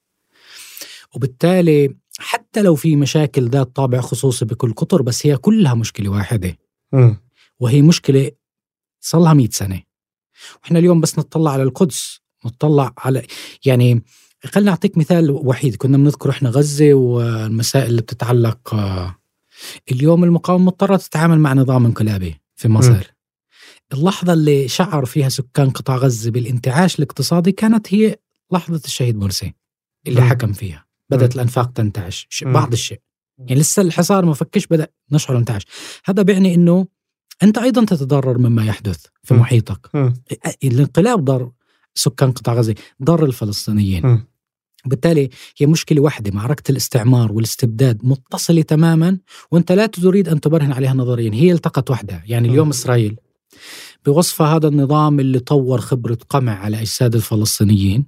وبالتالي حتى لو في مشاكل ذات طابع خصوصي بكل قطر، بس هي كلها مشكلة واحدة م. وهي مشكلة صلها مئة سنة. وإحنا اليوم بس نطلع على القدس، نطلع على يعني خلنا أعطيك مثال وحيد. كنا بنذكر إحنا غزة والمسائل اللي بتتعلق. اليوم المقاومة مضطرة تتعامل مع نظام انقلابي في مصر. م. اللحظة اللي شعر فيها سكان قطاع غزة بالانتعاش الاقتصادي كانت هي لحظة الشهيد مرسي اللي م. حكم فيها. بدأت م. الأنفاق تنتعش بعض الشيء، يعني لسه الحصار ما فكش، بدأ نشعر انتعاش. هذا بيعني إنه أنت أيضا تتضرر مما يحدث في م. محيطك. م. الانقلاب ضر سكان قطاع غزة، ضر الفلسطينيين. م. وبالتالي هي مشكلة واحدة، معركة الاستعمار والاستبداد متصلة تماما، وأنت لا تريد أن تبرهن عليها نظريا، هي التقت وحدها. يعني اليوم إسرائيل بوصفها هذا النظام اللي طور خبرة قمع على أجساد الفلسطينيين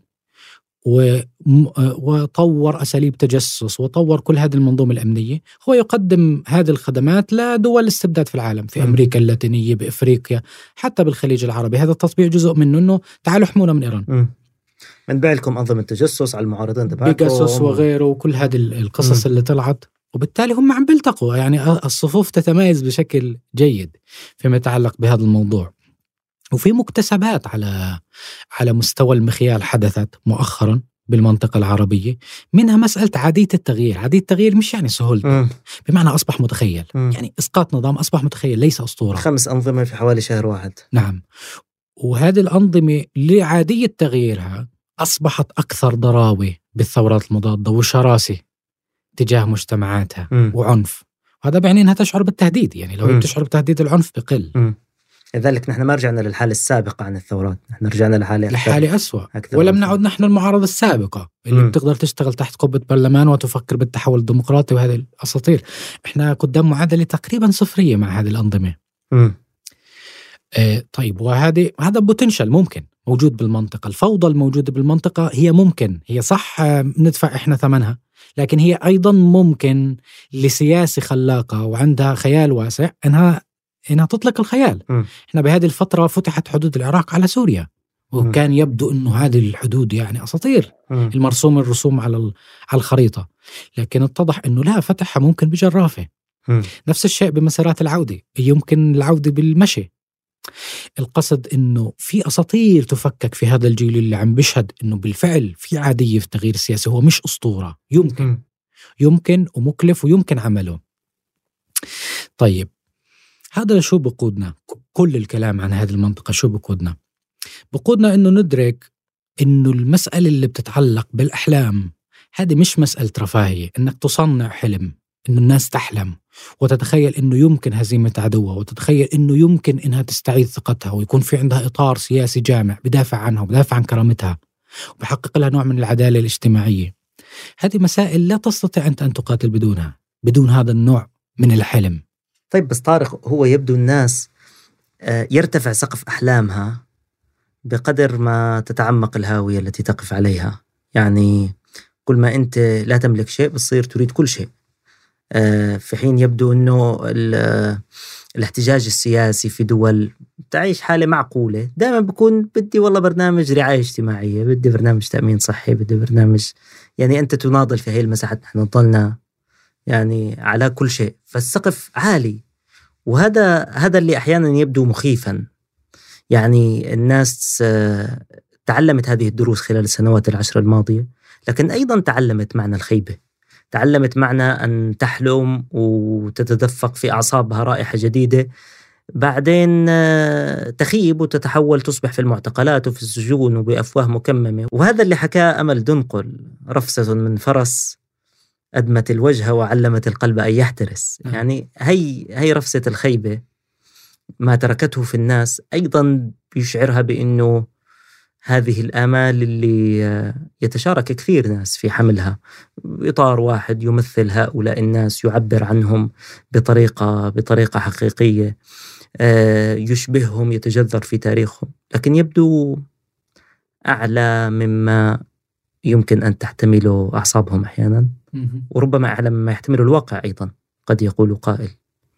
وطور أساليب تجسس وطور كل هذه المنظومة الأمنية، هو يقدم هذه الخدمات لدول الاستبداد في العالم، في أمريكا اللاتينية، بإفريقيا، حتى بالخليج العربي. هذا التطبيع جزء منه إنه تعالوا حمونا من إيران، منبع لكم أنظمة تجسس على المعارضين تبعكم، بيجاسوس وغيره، وكل هذه القصص م. اللي طلعت. وبالتالي هم عم بيلتقوا، يعني الصفوف تتميز بشكل جيد فيما يتعلق بهذا الموضوع. وفي مكتسبات على على مستوى المخيال حدثت مؤخرا بالمنطقة العربية، منها مسألة عادية التغيير. عادية التغيير مش يعني سهولة، بمعنى أصبح متخيل. م. يعني إسقاط نظام أصبح متخيل ليس أسطورة. خمس أنظمة في حوالي شهر واحد. نعم، وهذه الأنظمة لعادية تغييرها أصبحت أكثر ضراوة بالثورات المضادة وشراسة تجاه مجتمعاتها م. وعنف. وهذا بيعني أنها تشعر بالتهديد. يعني لو هي تشعر بتهديد العنف بقل. م. لذلك نحن ما رجعنا للحالة السابقة عن الثورات، نحن رجعنا لحالة لحالة أسوأ، ولم نعد نحن المعارضة السابقة اللي م. بتقدر تشتغل تحت قبة برلمان وتفكر بالتحول الديمقراطي وهذه الأساطير. إحنا قدام معادلة تقريبا صفرية مع هذه الأنظمة. م. آه طيب، وهذه هذا بوتنشال ممكن موجود بالمنطقة. الفوضى الموجودة بالمنطقة هي ممكن، هي صح آه ندفع إحنا ثمنها، لكن هي أيضا ممكن لسياسة خلاقة وعندها خيال واسع إنها إنها تطلق الخيال. م. إحنا بهذه الفترة فتحت حدود العراق على سوريا، وكان يبدو إنه هذه الحدود يعني أساطير م. المرسوم الرسوم على على الخريطة، لكن اتضح إنه لا، فتحها ممكن بجرافة. م. نفس الشيء بمسارات العودة، يمكن العودة بالمشي. القصد إنه في أساطير تفكك في هذا الجيل اللي عم بيشهد إنه بالفعل في عادية في التغيير السياسي، هو مش أسطورة، يمكن م. يمكن ومكلف ويمكن عمله. طيب، هذا شو بقودنا؟ كل الكلام عن هذه المنطقة شو بقودنا؟ بقودنا إنه ندرك إنه المسألة اللي بتتعلق بالأحلام هذه مش مسألة رفاهية، إنك تصنع حلم، إنه الناس تحلم وتتخيل إنه يمكن هزيمة عدوها، وتتخيل إنه يمكن إنها تستعيد ثقتها ويكون في عندها إطار سياسي جامع بدافع عنها وبدافع عن كرامتها وبحقق لها نوع من العدالة الاجتماعية. هذه مسائل لا تستطيع أنت أن تقاتل بدونها، بدون هذا النوع من الحلم. طيب بس طارق، هو يبدو الناس يرتفع سقف أحلامها بقدر ما تتعمق الهاوية التي تقف عليها. يعني كل ما أنت لا تملك شيء بتصير تريد كل شيء، في حين يبدو أنه الاحتجاج السياسي في دول تعيش حالة معقولة دائما بكون بدي والله برنامج رعاية اجتماعية، بدي برنامج تأمين صحي، بدي برنامج، يعني أنت تناضل في هاي المساحات، نحن نضلنا يعني على كل شيء، فالسقف عالي. وهذا هذا اللي أحيانا يبدو مخيفا. يعني الناس تعلمت هذه الدروس خلال السنوات العشر الماضية، لكن أيضا تعلمت معنى الخيبة، تعلمت معنى أن تحلم وتتدفق في أعصابها رائحة جديدة، بعدين تخيب وتتحول تصبح في المعتقلات وفي السجون وبأفواه مكممة. وهذا اللي حكاه أمل دنقل: رفسة من فرس أدمت الوجه وعلمت القلب أن يحترس. يعني هي هي رفسة الخيبة ما تركته في الناس أيضا يشعرها بأنه هذه الآمال اللي يتشارك كثير ناس في حملها، إطار واحد يمثل هؤلاء الناس، يعبر عنهم بطريقة بطريقة حقيقية، يشبههم، يتجذر في تاريخهم، لكن يبدو أعلى مما يمكن أن تحتمله أعصابهم أحيانا، وربما أعلى مما يحتمله الواقع أيضا، قد يقول قائل.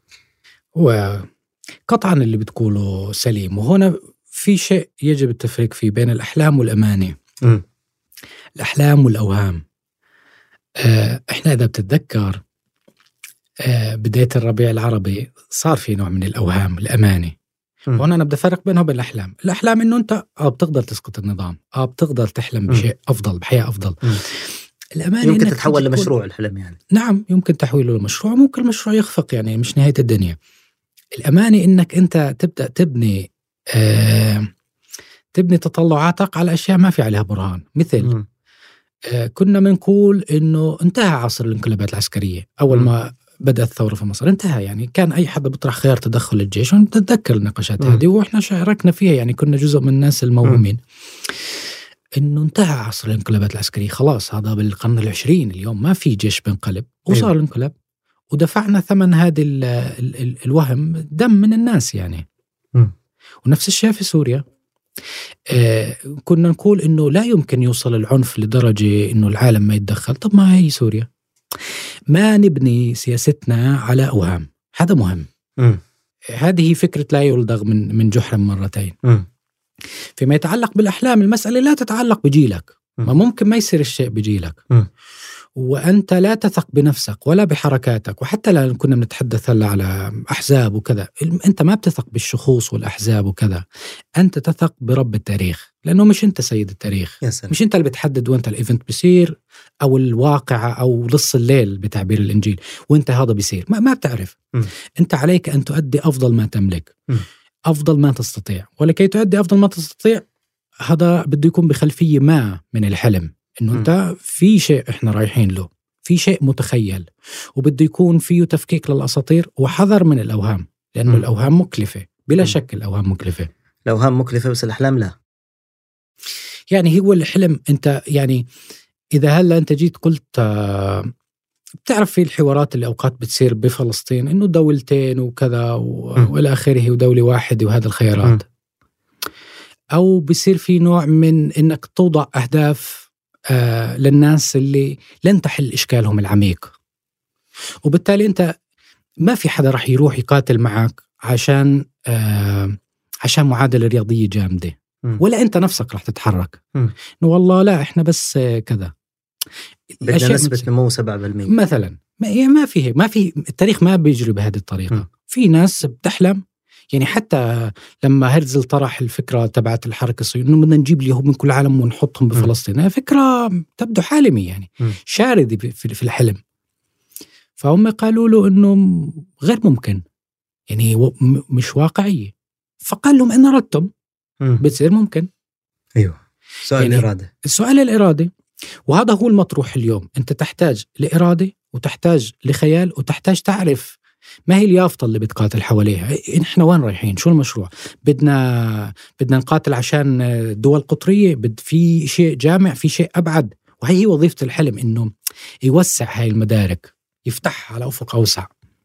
وقطعا اللي بتقوله سليم، وهنا في شيء يجب التفريق فيه بين الأحلام والأماني. م. الأحلام والأوهام. آه، إحنا إذا بتتذكر آه، بداية الربيع العربي صار في نوع من الأوهام، الأماني. وهنا أنا بدي أفرق بينهم وبين الأحلام. الأحلام إنه أنت آه بتقدر تسقط النظام، آه بتقدر تحلم بشيء م. أفضل، بحياة أفضل. م. الأماني يمكن تتحول لمشروع الحلم، يعني نعم يمكن تحويله لمشروع، ممكن المشروع يخفق، يعني مش نهاية الدنيا. الأماني إنك أنت تبدأ تبني آه تبني تطلعاتك على أشياء ما في عليها برهان. مثل آه كنا بنقول إنه انتهى عصر الانقلابات العسكرية أول م. ما بدأت الثورة في مصر، انتهى. يعني كان أي حد بيطرح خيار تدخل الجيش، ونتذكر النقاشات هذه وإحنا شاركنا فيها، يعني كنا جزء من الناس الموهومين إنه انتهى عصر الانقلابات العسكرية، خلاص هذا بالقرن العشرين، اليوم ما في جيش بينقلب. وصار الانقلاب ودفعنا ثمن هذا ال ال ال الوهم، دم من الناس يعني. م. ونفس الشيء في سوريا. آه كنا نقول إنه لا يمكن يوصل العنف لدرجة إنه العالم ما يتدخل. طب ما هي سوريا. ما نبني سياستنا على أوهام، هذا مهم. م. هذه فكرة لا يلدغ من من جحر مرتين. م. فيما يتعلق بالأحلام، المسألة لا تتعلق بجيلك، م. ما ممكن ما يصير الشيء بجيلك، م. وأنت لا تثق بنفسك ولا بحركاتك. وحتى لا كنا بنتحدث هلا على أحزاب وكذا، أنت ما بتثق بالشخوص والأحزاب وكذا، أنت تثق برب التاريخ. لأنه مش أنت سيد التاريخ، مش أنت اللي بتحدد وأنت الإيفنت بيصير أو الواقعة أو لص الليل بتعبير الإنجيل وأنت هذا بيصير، ما, ما بتعرف. م. أنت عليك أن تؤدي أفضل ما تملك، م. أفضل ما تستطيع، ولكي تؤدي أفضل ما تستطيع هذا بده يكون بخلفية ما من الحلم، إنه م. أنت في شيء إحنا رايحين له، في شيء متخيل، وبده يكون فيه تفكيك للأساطير وحذر من الأوهام، لأنه م. الأوهام مكلفة بلا م. شك. الأوهام مكلفة، الأوهام مكلفة بس الأحلام لا. يعني هو الحلم أنت يعني إذا هلا أنت جيت قلت بتعرف في الحوارات اللي أوقات بتصير بفلسطين إنه دولتين وكذا وإلى آخره ودولة واحدة وهذا الخيارات، أو بيصير في نوع من إنك توضع أهداف آه للناس اللي لن تحل إشكالهم العميق، وبالتالي أنت ما في حدا رح يروح يقاتل معك عشان آه عشان معادلة رياضية جامدة، ولا أنت نفسك رح تتحرك إنه والله لا إحنا بس كذا بدنا نسبة نمو سبعة بالمئة مثلا. ما ما فيه ما في التاريخ ما بيجري بهذه الطريقة. م. في ناس بتحلم، يعني حتى لما هرتزل طرح الفكرة تبعت الحركة الصهيونية إنه بدنا نجيب اليهود من كل العالم ونحطهم بفلسطين، هي فكرة تبدو حالمي يعني م. شاردة في الحلم. فهم قالوا له إنه غير ممكن، يعني مش واقعية، فقال لهم إن أردتم بتصير ممكن. أيوه، سؤال يعني الإرادة، السؤال الإرادة، وهذا هو المطروح اليوم. أنت تحتاج لإرادة وتحتاج لخيال وتحتاج تعرف ما هي اليافطة اللي بتقاتل حواليها. إحنا وين رايحين؟ شو المشروع؟ بدنا بدنا نقاتل عشان دول قطرية؟ بد في شيء جامع، في شيء أبعد، وهي وظيفة الحلم إنه يوسع هاي المدارك، يفتح على أفق أوسع.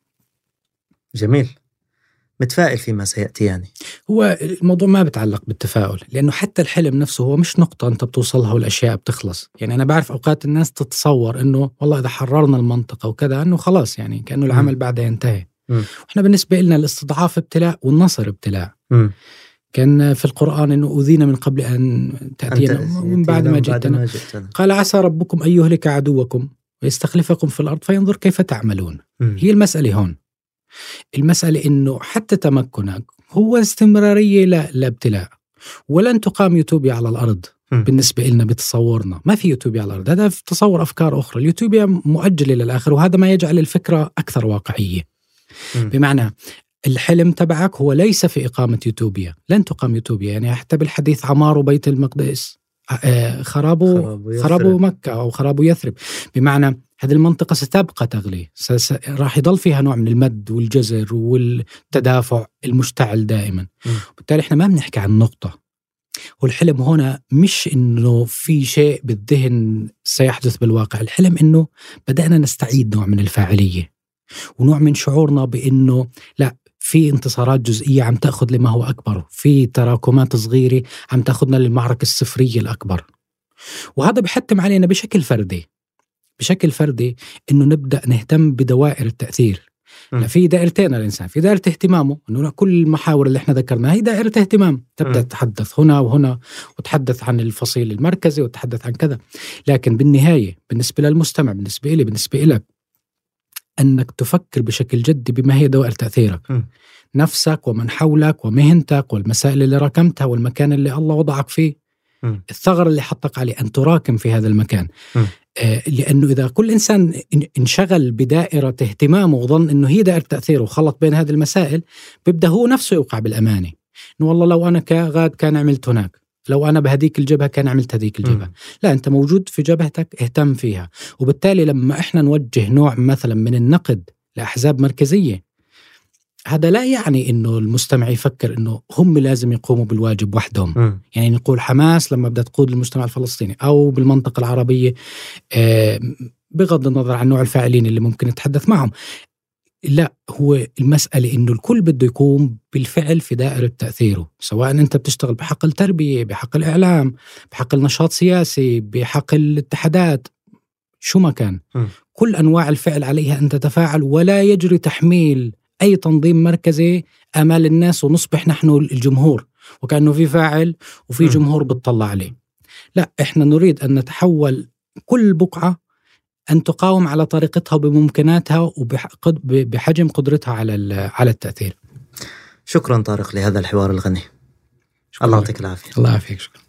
جميل، متفائل فيما سيأتي. يعني هو الموضوع ما بتعلق بالتفاؤل، لأنه حتى الحلم نفسه هو مش نقطة أنت بتوصلها والأشياء بتخلص. يعني أنا بعرف أوقات الناس تتصور أنه والله إذا حررنا المنطقة وكذا أنه خلاص، يعني كأنه العمل بعدها ينتهي. م. وإحنا بالنسبة لنا الاستضعاف ابتلاء والنصر ابتلاء. م. كان في القرآن أنه أذينا من قبل أن تأتينا ومن بعد ما جئتنا. قال عسى ربكم أن يهلك عدوكم ويستخلفكم في الأرض فينظر كيف تعملون. م. هي المسألة هون، المسألة إنه حتى تمكنك هو استمرارية لا, لا ابتلاء. ولن تقام يوتوبيا على الأرض م. بالنسبة لنا بتصورنا، ما في يوتوبيا على الأرض، هذا في تصور أفكار أخرى. اليوتوبيا مؤجلة للآخر، وهذا ما يجعل الفكرة أكثر واقعية. م. بمعنى الحلم تبعك هو ليس في إقامة يوتوبيا، لن تقام يوتوبيا. يعني حتى بالحديث عمار بيت المقدس خراب خراب مكة أو خراب يثرب، بمعنى هذه المنطقة ستبقى تغلي، س... راح يضل فيها نوع من المد والجزر والتدافع المشتعل دائما. وبالتالي احنا ما بنحكي عن نقطة. والحلم هنا مش إنه في شيء بالذهن سيحدث بالواقع، الحلم إنه بدأنا نستعيد نوع من الفاعلية ونوع من شعورنا بإنه لا، في انتصارات جزئية عم تأخذ لما هو أكبر، في تراكمات صغيرة عم تأخذنا للمعركة الصفرية الأكبر. وهذا بيحتم علينا بشكل فردي بشكل فردي إنه نبدأ نهتم بدوائر التأثير. لا، في دائرتين الإنسان، في دائرة اهتمامه، إنه كل المحاور اللي إحنا ذكرناها هي دائرة اهتمام، تبدأ تتحدث هنا وهنا وتحدث عن الفصيل المركزي وتحدث عن كذا. لكن بالنهاية بالنسبة للمستمع، بالنسبة لي، بالنسبة لك، أنك تفكر بشكل جدي بما هي دوائر تأثيرك، م. نفسك ومن حولك ومهنتك والمسائل اللي راكمتها والمكان اللي الله وضعك فيه، م. الثغر اللي حطك عليه، أن تراكم في هذا المكان. م. آه لأنه إذا كل إنسان انشغل بدائرة اهتمامه وظن أنه هي دائرة تأثيره وخلط بين هذه المسائل، بيبدأ هو نفسه يوقع بالأمانة، إنه والله لو أنا كغاد كان عملت هناك، لو أنا بهديك الجبهة كان عملت هديك الجبهة. م. لا، أنت موجود في جبهتك، اهتم فيها. وبالتالي لما إحنا نوجه نوع مثلا من النقد لأحزاب مركزية، هذا لا يعني إنه المستمع يفكر إنه هم لازم يقوموا بالواجب وحدهم. م. يعني نقول حماس لما بدها تقود المجتمع الفلسطيني أو بالمنطقة العربية، بغض النظر عن نوع الفاعلين اللي ممكن نتحدث معهم، لا، هو المسألة إنه الكل بده يقوم بالفعل في دائرة تأثيره، سواء أنت بتشتغل بحق التربية، بحق الإعلام، بحق النشاط سياسي، بحق الاتحادات، شو ما كان. م. كل أنواع الفعل عليها أن تتفاعل، ولا يجري تحميل أي تنظيم مركزي آمال الناس ونصبح نحن الجمهور وكأنه في فاعل وفي م. جمهور بتطلع عليه. لا، إحنا نريد أن نتحول كل بقعة أن تقاوم على طريقتها وبممكناتها وبحجم قدرتها على على التأثير. شكرا طارق لهذا الحوار الغني. الله يعطيك العافية. الله يعافيك. شكرا.